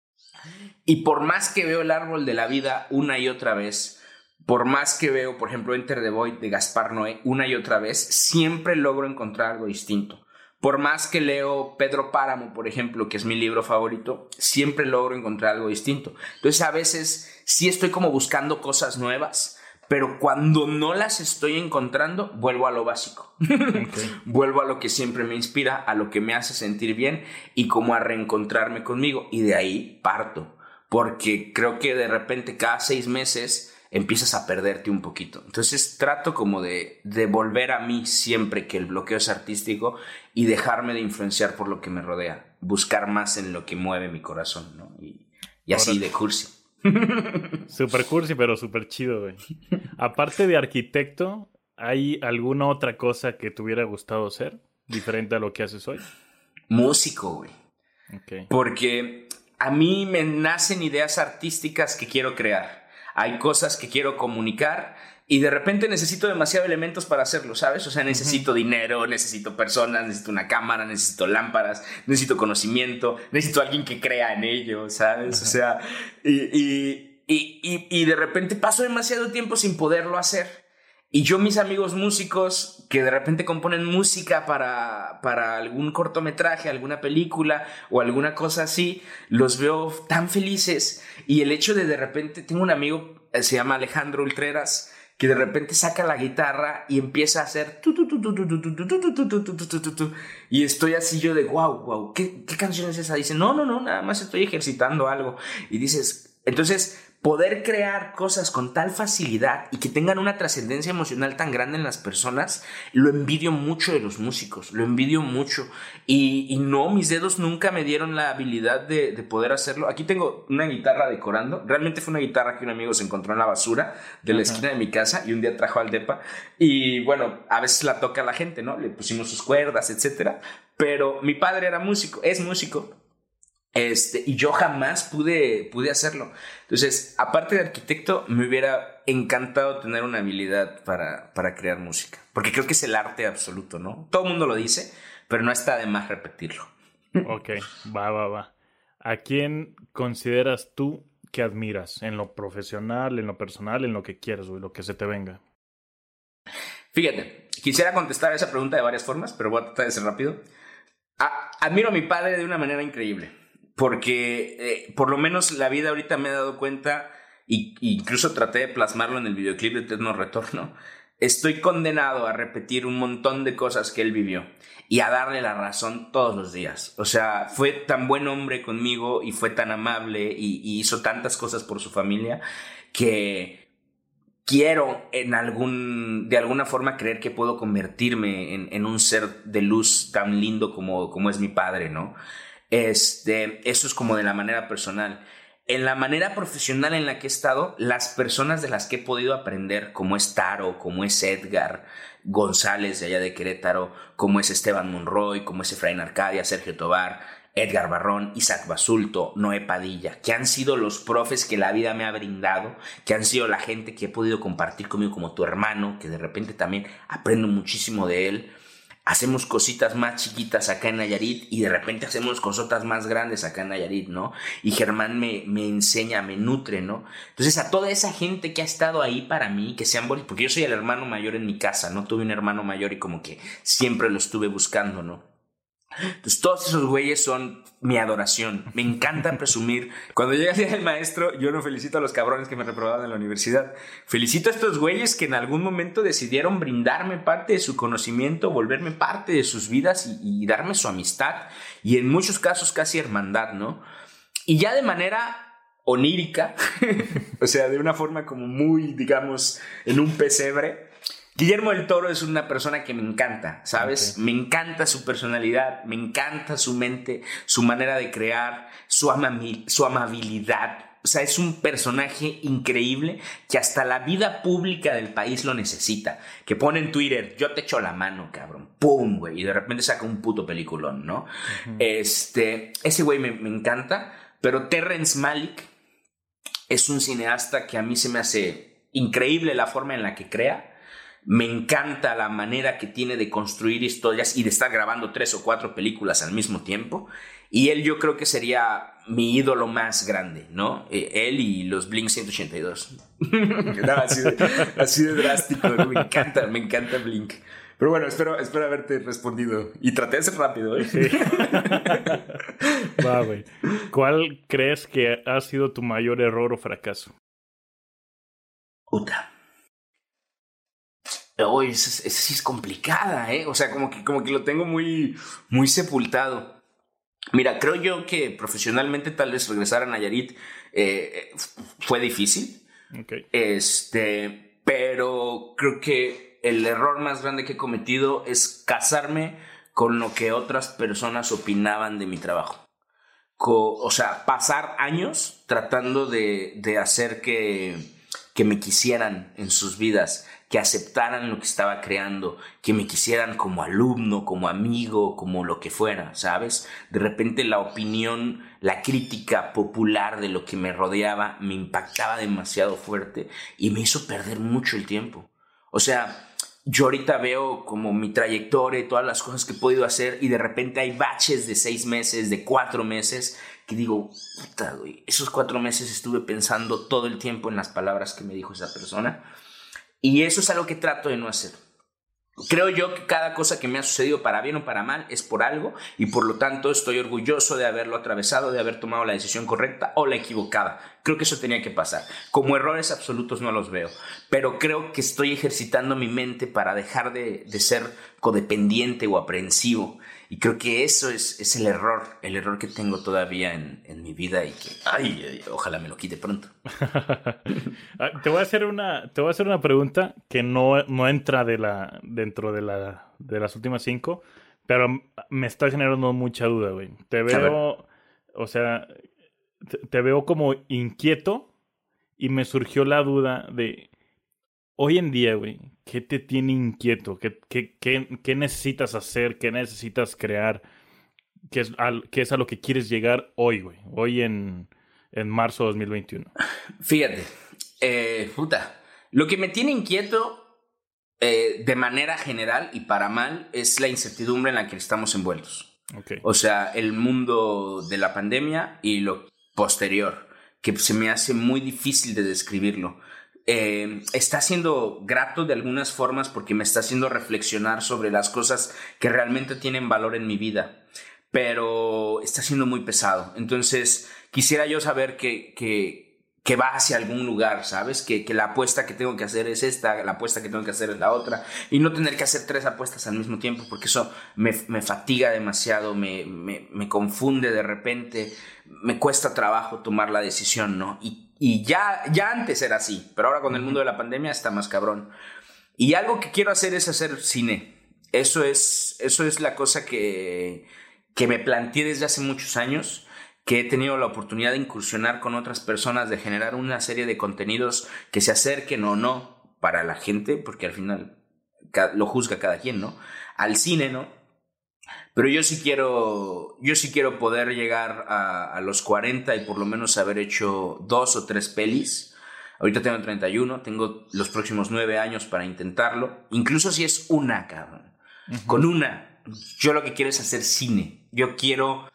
Y por más que veo El Árbol de la Vida una y otra vez, por más que veo, por ejemplo, Enter the Void de Gaspar Noé una y otra vez, siempre logro encontrar algo distinto. Por más que leo Pedro Páramo, por ejemplo, que es mi libro favorito, siempre logro encontrar algo distinto. Entonces, a veces sí estoy como buscando cosas nuevas, pero cuando no las estoy encontrando, vuelvo a lo básico. Okay. Vuelvo a lo que siempre me inspira, a lo que me hace sentir bien y como a reencontrarme conmigo. Y de ahí parto, porque creo que de repente cada 6 meses empiezas a perderte un poquito. Entonces trato como de volver a mí siempre que el bloqueo es artístico y dejarme de influenciar por lo que me rodea. Buscar más en lo que mueve mi corazón, ¿no? Y así de cursi. Súper cursi, pero súper chido, güey. Aparte de arquitecto, ¿hay alguna otra cosa que te hubiera gustado ser diferente a lo que haces hoy? Músico, güey. Okay. Porque a mí me nacen ideas artísticas que quiero crear. Hay cosas que quiero comunicar y de repente necesito demasiados elementos para hacerlo, ¿sabes? O sea, necesito dinero, necesito personas, necesito una cámara, necesito lámparas, necesito conocimiento, necesito alguien que crea en ello, ¿sabes? O sea, y de repente paso demasiado tiempo sin poderlo hacer. Y mis amigos músicos que de repente componen música para algún cortometraje, alguna película o alguna cosa así, los veo tan felices. Y el hecho de repente, tengo un amigo, se llama Alejandro Ultreras, que de repente saca la guitarra y empieza a hacer y estoy así yo de wow, ¿qué canción es esa? Dice, no, nada más estoy ejercitando algo. Y dices, entonces poder crear cosas con tal facilidad y que tengan una trascendencia emocional tan grande en las personas, lo envidio mucho de los músicos, lo envidio mucho. Y no, mis dedos nunca me dieron la habilidad de poder hacerlo. Aquí tengo una guitarra decorando. Realmente fue una guitarra que un amigo se encontró en la basura de la esquina de mi casa y un día trajo al depa. Y bueno, a veces la toca la gente, ¿no? Le pusimos sus cuerdas, etcétera. Pero mi padre era músico, es músico. Y yo jamás pude hacerlo. Entonces, aparte de arquitecto, me hubiera encantado tener una habilidad para crear música. Porque creo que es el arte absoluto, ¿no? Todo el mundo lo dice, pero no está de más repetirlo. Ok, va. ¿A quién consideras tú que admiras? En lo profesional, en lo personal, en lo que quieras, o lo que se te venga. Fíjate, quisiera contestar a esa pregunta de varias formas, pero voy a tratar de ser rápido. Admiro a mi padre de una manera increíble. Porque por lo menos la vida ahorita me he dado cuenta, y incluso traté de plasmarlo en el videoclip de Eterno Retorno, estoy condenado a repetir un montón de cosas que él vivió y a darle la razón todos los días. O sea, fue tan buen hombre conmigo y fue tan amable y hizo tantas cosas por su familia que quiero de alguna forma creer que puedo convertirme en un ser de luz tan lindo como es mi padre, ¿no? Eso es como de la manera personal. En la manera profesional en la que he estado, las personas de las que he podido aprender, como es Taro, como es Edgar González de allá de Querétaro, como es Esteban Monroy, como es Efraín Arcadia, Sergio Tobar, Edgar Barrón, Isaac Basulto, Noé Padilla, que han sido los profes que la vida me ha brindado, que han sido la gente que he podido compartir conmigo como tu hermano, que de repente también aprendo muchísimo de él. Hacemos cositas más chiquitas acá en Nayarit y de repente hacemos cositas más grandes acá en Nayarit, ¿no? Y Germán me enseña, me nutre, ¿no? Entonces a toda esa gente que ha estado ahí para mí, que sean bonitos, porque yo soy el hermano mayor en mi casa, ¿no? Tuve un hermano mayor y como que siempre lo estuve buscando, ¿no? Entonces todos esos güeyes son mi adoración. Me encanta presumir. Cuando llega el día del maestro, yo no felicito a los cabrones que me reprobaban en la universidad. Felicito a estos güeyes que en algún momento decidieron brindarme parte de su conocimiento, volverme parte de sus vidas y darme su amistad. Y en muchos casos casi hermandad, ¿no? Y ya de manera onírica, o sea, de una forma como muy, digamos, en un pesebre, Guillermo del Toro es una persona que me encanta, ¿sabes? Okay. Me encanta su personalidad, me encanta su mente, su manera de crear, su amabilidad. O sea, es un personaje increíble que hasta la vida pública del país lo necesita. Que pone en Twitter, yo te echo la mano, cabrón. ¡Pum, güey! Y de repente saca un puto peliculón, ¿no? Uh-huh. Ese güey me encanta. Pero Terrence Malick es un cineasta que a mí se me hace increíble la forma en la que crea. Me encanta la manera que tiene de construir historias y de estar grabando 3 o 4 películas al mismo tiempo. Y él yo creo que sería mi ídolo más grande, ¿no? Él y los Blink 182. No, así de drástico, ¿no? Me encanta Blink. Pero bueno, espero haberte respondido. Y traté de ser rápido, ¿eh? Sí. Va, güey. ¿Cuál crees que ha sido tu mayor error o fracaso? Puta. Oh, esa sí es complicada, ¿eh? O sea, como que lo tengo muy, muy sepultado. Mira, creo yo que profesionalmente tal vez regresar a Nayarit fue difícil. Okay. Pero creo que el error más grande que he cometido es casarme con lo que otras personas opinaban de mi trabajo. O sea, pasar años tratando de hacer que me quisieran en sus vidas, que aceptaran lo que estaba creando, que me quisieran como alumno, como amigo, como lo que fuera, ¿sabes? De repente la opinión, la crítica popular de lo que me rodeaba me impactaba demasiado fuerte y me hizo perder mucho el tiempo. O sea, yo ahorita veo como mi trayectoria y todas las cosas que he podido hacer y de repente hay baches de 6 meses, de 4 meses que digo, puta, güey, esos 4 meses estuve pensando todo el tiempo en las palabras que me dijo esa persona. Y eso es algo que trato de no hacer. Creo yo que cada cosa que me ha sucedido para bien o para mal es por algo y por lo tanto estoy orgulloso de haberlo atravesado, de haber tomado la decisión correcta o la equivocada. Creo que eso tenía que pasar. Como errores absolutos no los veo, pero creo que estoy ejercitando mi mente para dejar de ser codependiente o aprensivo Y creo que eso es el error que tengo todavía en mi vida y que, ojalá me lo quite pronto. Te voy a hacer una pregunta que no entra dentro de las últimas 5, pero me está generando mucha duda, güey. Te veo como inquieto y me surgió la duda de, hoy en día, güey, ¿qué te tiene inquieto? ¿Qué necesitas hacer? ¿Qué necesitas crear? ¿Qué es a lo que quieres llegar hoy, güey? Hoy en marzo de 2021. Fíjate, lo que me tiene inquieto de manera general y para mal es la incertidumbre en la que estamos envueltos. Okay. O sea, el mundo de la pandemia y lo posterior, que se me hace muy difícil de describirlo. Está siendo grato de algunas formas porque me está haciendo reflexionar sobre las cosas que realmente tienen valor en mi vida, pero está siendo muy pesado. Entonces quisiera yo saber que va hacia algún lugar, ¿sabes? Que la apuesta que tengo que hacer es esta, la apuesta que tengo que hacer es la otra, y no tener que hacer 3 apuestas al mismo tiempo, porque eso me fatiga demasiado, me confunde de repente, me cuesta trabajo tomar la decisión, ¿no? Y ya antes era así, pero ahora con el mundo de la pandemia está más cabrón. Y algo que quiero hacer es hacer cine. Eso es la cosa que me planteé desde hace muchos años, que he tenido la oportunidad de incursionar con otras personas, de generar una serie de contenidos que se acerquen o no para la gente, porque al final lo juzga cada quien, ¿no? Al cine, ¿no? Pero yo sí quiero poder llegar a los 40 y por lo menos haber hecho 2 o 3 pelis. Ahorita tengo 31, tengo los próximos 9 años para intentarlo. Incluso si es una, cabrón. Uh-huh. Con una, yo lo que quiero es hacer cine. Yo quiero...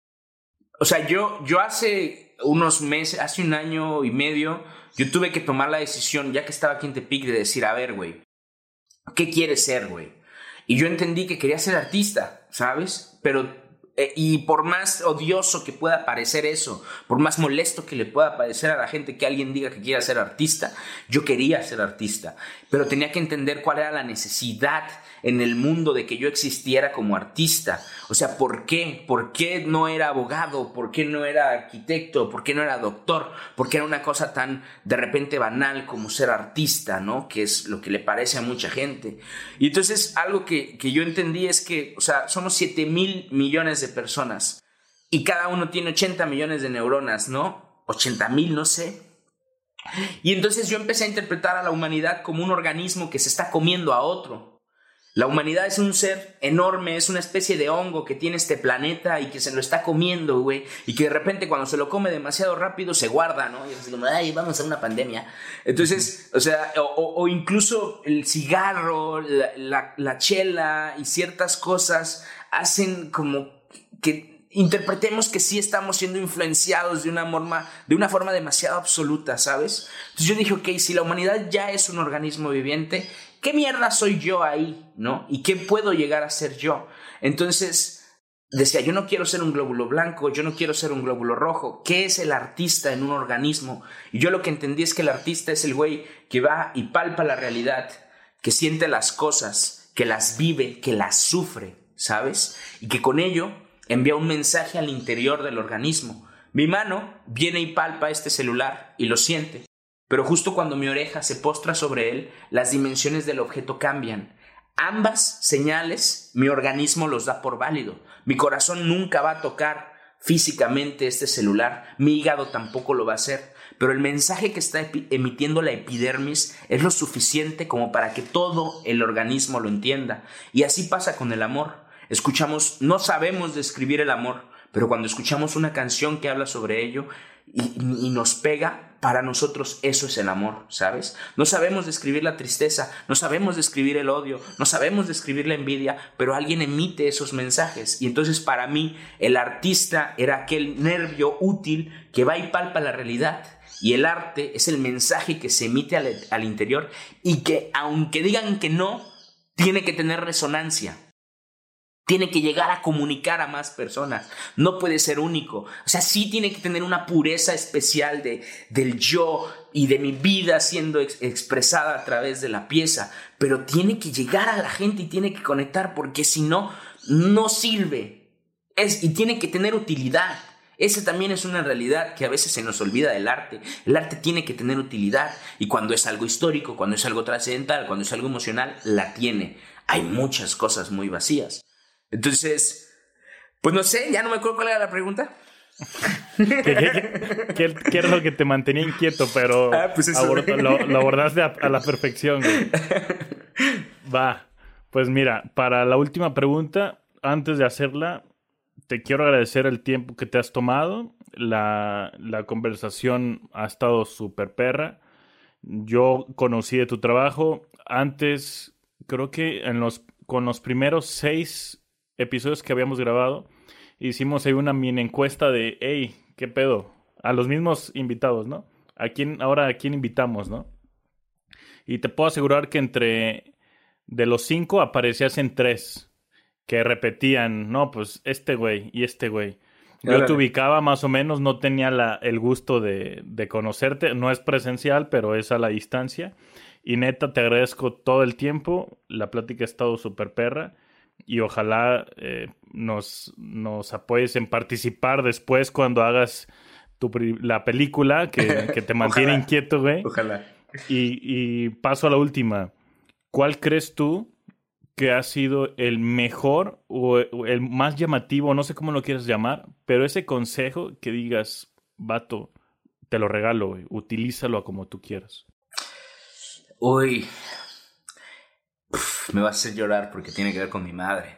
O sea, yo hace unos meses, hace 1 año y medio, yo tuve que tomar la decisión, ya que estaba aquí en Tepic, de decir, a ver, güey, ¿qué quieres ser, güey? Y yo entendí que quería ser artista, ¿sabes? Pero, y por más odioso que pueda parecer eso, por más molesto que le pueda parecer a la gente que alguien diga que quiera ser artista, yo quería ser artista. Pero tenía que entender cuál era la necesidad en el mundo de que yo existiera como artista. O sea, ¿por qué? ¿Por qué no era abogado? ¿Por qué no era arquitecto? ¿Por qué no era doctor? ¿Por qué era una cosa tan de repente banal como ser artista, ¿no? Que es lo que le parece a mucha gente. Y entonces algo que yo entendí es que, o sea, somos 7,000 millones de personas y cada uno tiene 80 millones de neuronas, ¿no? 80,000, no sé. Y entonces yo empecé a interpretar a la humanidad como un organismo que se está comiendo a otro. La humanidad es un ser enorme, es una especie de hongo que tiene este planeta y que se lo está comiendo, güey. Y que de repente cuando se lo come demasiado rápido se guarda, ¿no? Y es como, ay, vamos a una pandemia. Entonces, o sea, o incluso el cigarro, la chela y ciertas cosas hacen como que interpretemos que sí estamos siendo influenciados de una forma demasiado absoluta, ¿sabes? Entonces yo dije, ok, si la humanidad ya es un organismo viviente, ¿qué mierda soy yo ahí, no? ¿Y qué puedo llegar a ser yo? Entonces decía, yo no quiero ser un glóbulo blanco, yo no quiero ser un glóbulo rojo. ¿Qué es el artista en un organismo? Y yo lo que entendí es que el artista es el güey que va y palpa la realidad, que siente las cosas, que las vive, que las sufre, ¿sabes? Y que con ello envía un mensaje al interior del organismo. Mi mano viene y palpa este celular y lo siente. Pero justo cuando mi oreja se postra sobre él, las dimensiones del objeto cambian. Ambas señales, mi organismo los da por válido. Mi corazón nunca va a tocar físicamente este celular, mi hígado tampoco lo va a hacer, pero el mensaje que está emitiendo la epidermis es lo suficiente como para que todo el organismo lo entienda. Y así pasa con el amor. No sabemos describir el amor, pero cuando escuchamos una canción que habla sobre ello y nos pega, para nosotros eso es el amor, ¿sabes? No sabemos describir la tristeza, no sabemos describir el odio, no sabemos describir la envidia, pero alguien emite esos mensajes. Y entonces para mí el artista era aquel nervio útil que va y palpa la realidad. Y el arte es el mensaje que se emite al interior y que, aunque digan que no, tiene que tener resonancia. Tiene que llegar a comunicar a más personas. No puede ser único. O sea, sí tiene que tener una pureza especial del yo y de mi vida siendo expresada a través de la pieza. Pero tiene que llegar a la gente y tiene que conectar, porque si no, no sirve. Y tiene que tener utilidad. Esa también es una realidad que a veces se nos olvida del arte. El arte tiene que tener utilidad. Y cuando es algo histórico, cuando es algo trascendental, cuando es algo emocional, la tiene. Hay muchas cosas muy vacías. Entonces, pues no sé, ya no me acuerdo cuál era la pregunta. ¿Qué era lo que te mantenía inquieto? Pero pues lo abordaste a la perfección, güey. Va, pues mira, para la última pregunta, antes de hacerla, te quiero agradecer el tiempo que te has tomado. La conversación ha estado súper perra. Yo conocí de tu trabajo. Antes, creo que con los primeros 6 episodios que habíamos grabado, hicimos ahí una mini encuesta de, hey, ¿qué pedo? A los mismos invitados, ¿no? ¿A quién invitamos, no? Y te puedo asegurar que de los 5 aparecías en 3 que repetían, no, pues este güey y este güey. Yo te ubicaba más o menos, no tenía el gusto de conocerte. No es presencial, pero es a la distancia. Y neta, te agradezco todo el tiempo. La plática ha estado súper perra. Y ojalá nos apoyes en participar después cuando hagas la película que te mantiene inquieto, güey. Ojalá. Y paso a la última. ¿Cuál crees tú que ha sido el mejor o el más llamativo, no sé cómo lo quieres llamar, pero ese consejo que digas, vato, te lo regalo, güey, utilízalo a como tú quieras? Uy, me va a hacer llorar porque tiene que ver con mi madre.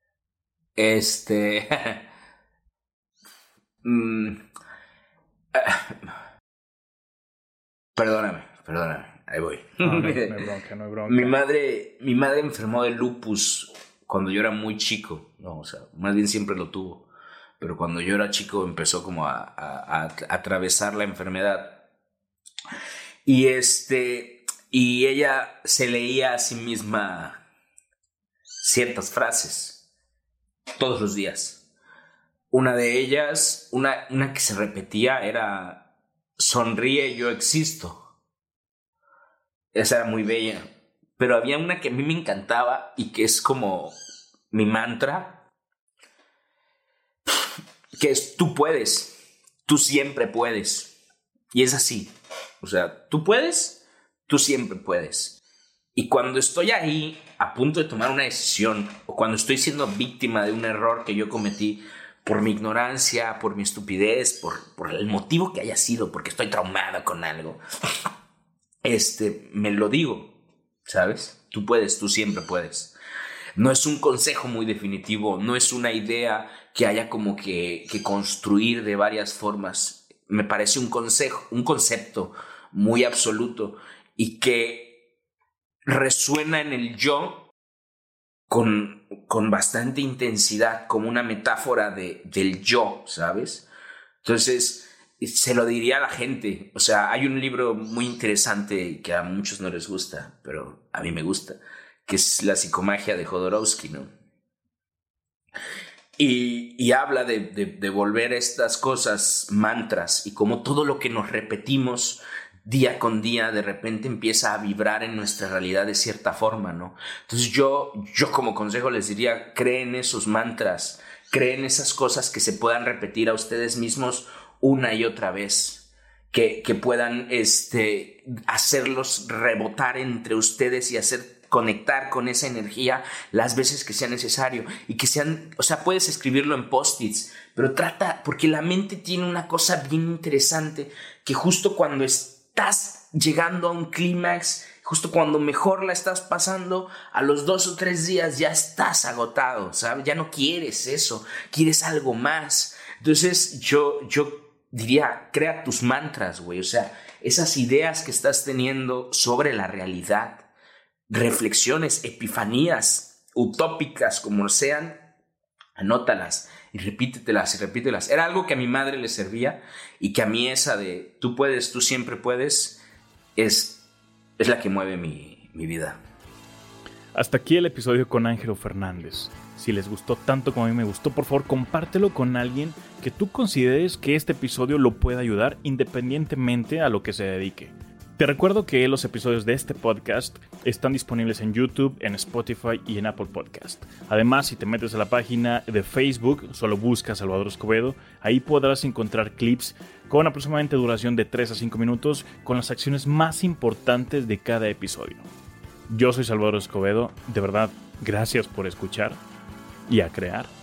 Perdóname, ahí voy. No hay bronca. Mi madre enfermó de lupus cuando yo era muy chico. No, o sea, más bien siempre lo tuvo. Pero cuando yo era chico empezó como a atravesar la enfermedad. Y ella se leía a sí misma ciertas frases todos los días. Una de ellas, una que se repetía era: sonríe, yo existo. Esa era muy bella. Pero había una que a mí me encantaba y que es como mi mantra, que es: tú puedes, tú siempre puedes. Y es así. O sea, tú puedes, tú siempre puedes. Y cuando estoy ahí a punto de tomar una decisión, o cuando estoy siendo víctima de un error que yo cometí por mi ignorancia, por mi estupidez, por el motivo que haya sido, porque estoy traumado con algo, me lo digo, ¿sabes? Tú puedes, tú siempre puedes. No es un consejo muy definitivo, no es una idea que haya como que construir de varias formas. Me parece un concepto muy absoluto y que resuena en el yo con bastante intensidad, como una metáfora del yo, ¿sabes? Entonces, se lo diría a la gente. O sea, hay un libro muy interesante que a muchos no les gusta, pero a mí me gusta, que es La psicomagia de Jodorowsky, ¿no? Y habla de volver estas cosas mantras, y como todo lo que nos repetimos día con día de repente empieza a vibrar en nuestra realidad de cierta forma, ¿no? Entonces yo como consejo les diría: creen esos mantras, creen esas cosas que se puedan repetir a ustedes mismos una y otra vez, que puedan hacerlos rebotar entre ustedes y conectar con esa energía las veces que sea necesario, y que sean, o sea, puedes escribirlo en post-its, pero porque la mente tiene una cosa bien interesante, que justo cuando estás llegando a un clímax, justo cuando mejor la estás pasando, a los 2 o 3 días ya estás agotado, ¿sabes? Ya no quieres eso, quieres algo más. Entonces yo diría: crea tus mantras, güey. O sea, esas ideas que estás teniendo sobre la realidad, reflexiones, epifanías, utópicas, como sean, anótalas y repítetelas. Era algo que a mi madre le servía, y que a mí esa de tú puedes, tú siempre puedes, es la que mueve mi vida. Hasta aquí el episodio con Ángelo Fernández. Si les gustó tanto como a mí me gustó, por favor compártelo con alguien que tú consideres que este episodio lo pueda ayudar, independientemente a lo que se dedique. Te recuerdo que los episodios de este podcast están disponibles en YouTube, en Spotify y en Apple Podcast. Además, si te metes a la página de Facebook, solo busca Salvador Escobedo, ahí podrás encontrar clips con aproximadamente duración de 3 a 5 minutos con las acciones más importantes de cada episodio. Yo soy Salvador Escobedo, de verdad, gracias por escuchar y a crear.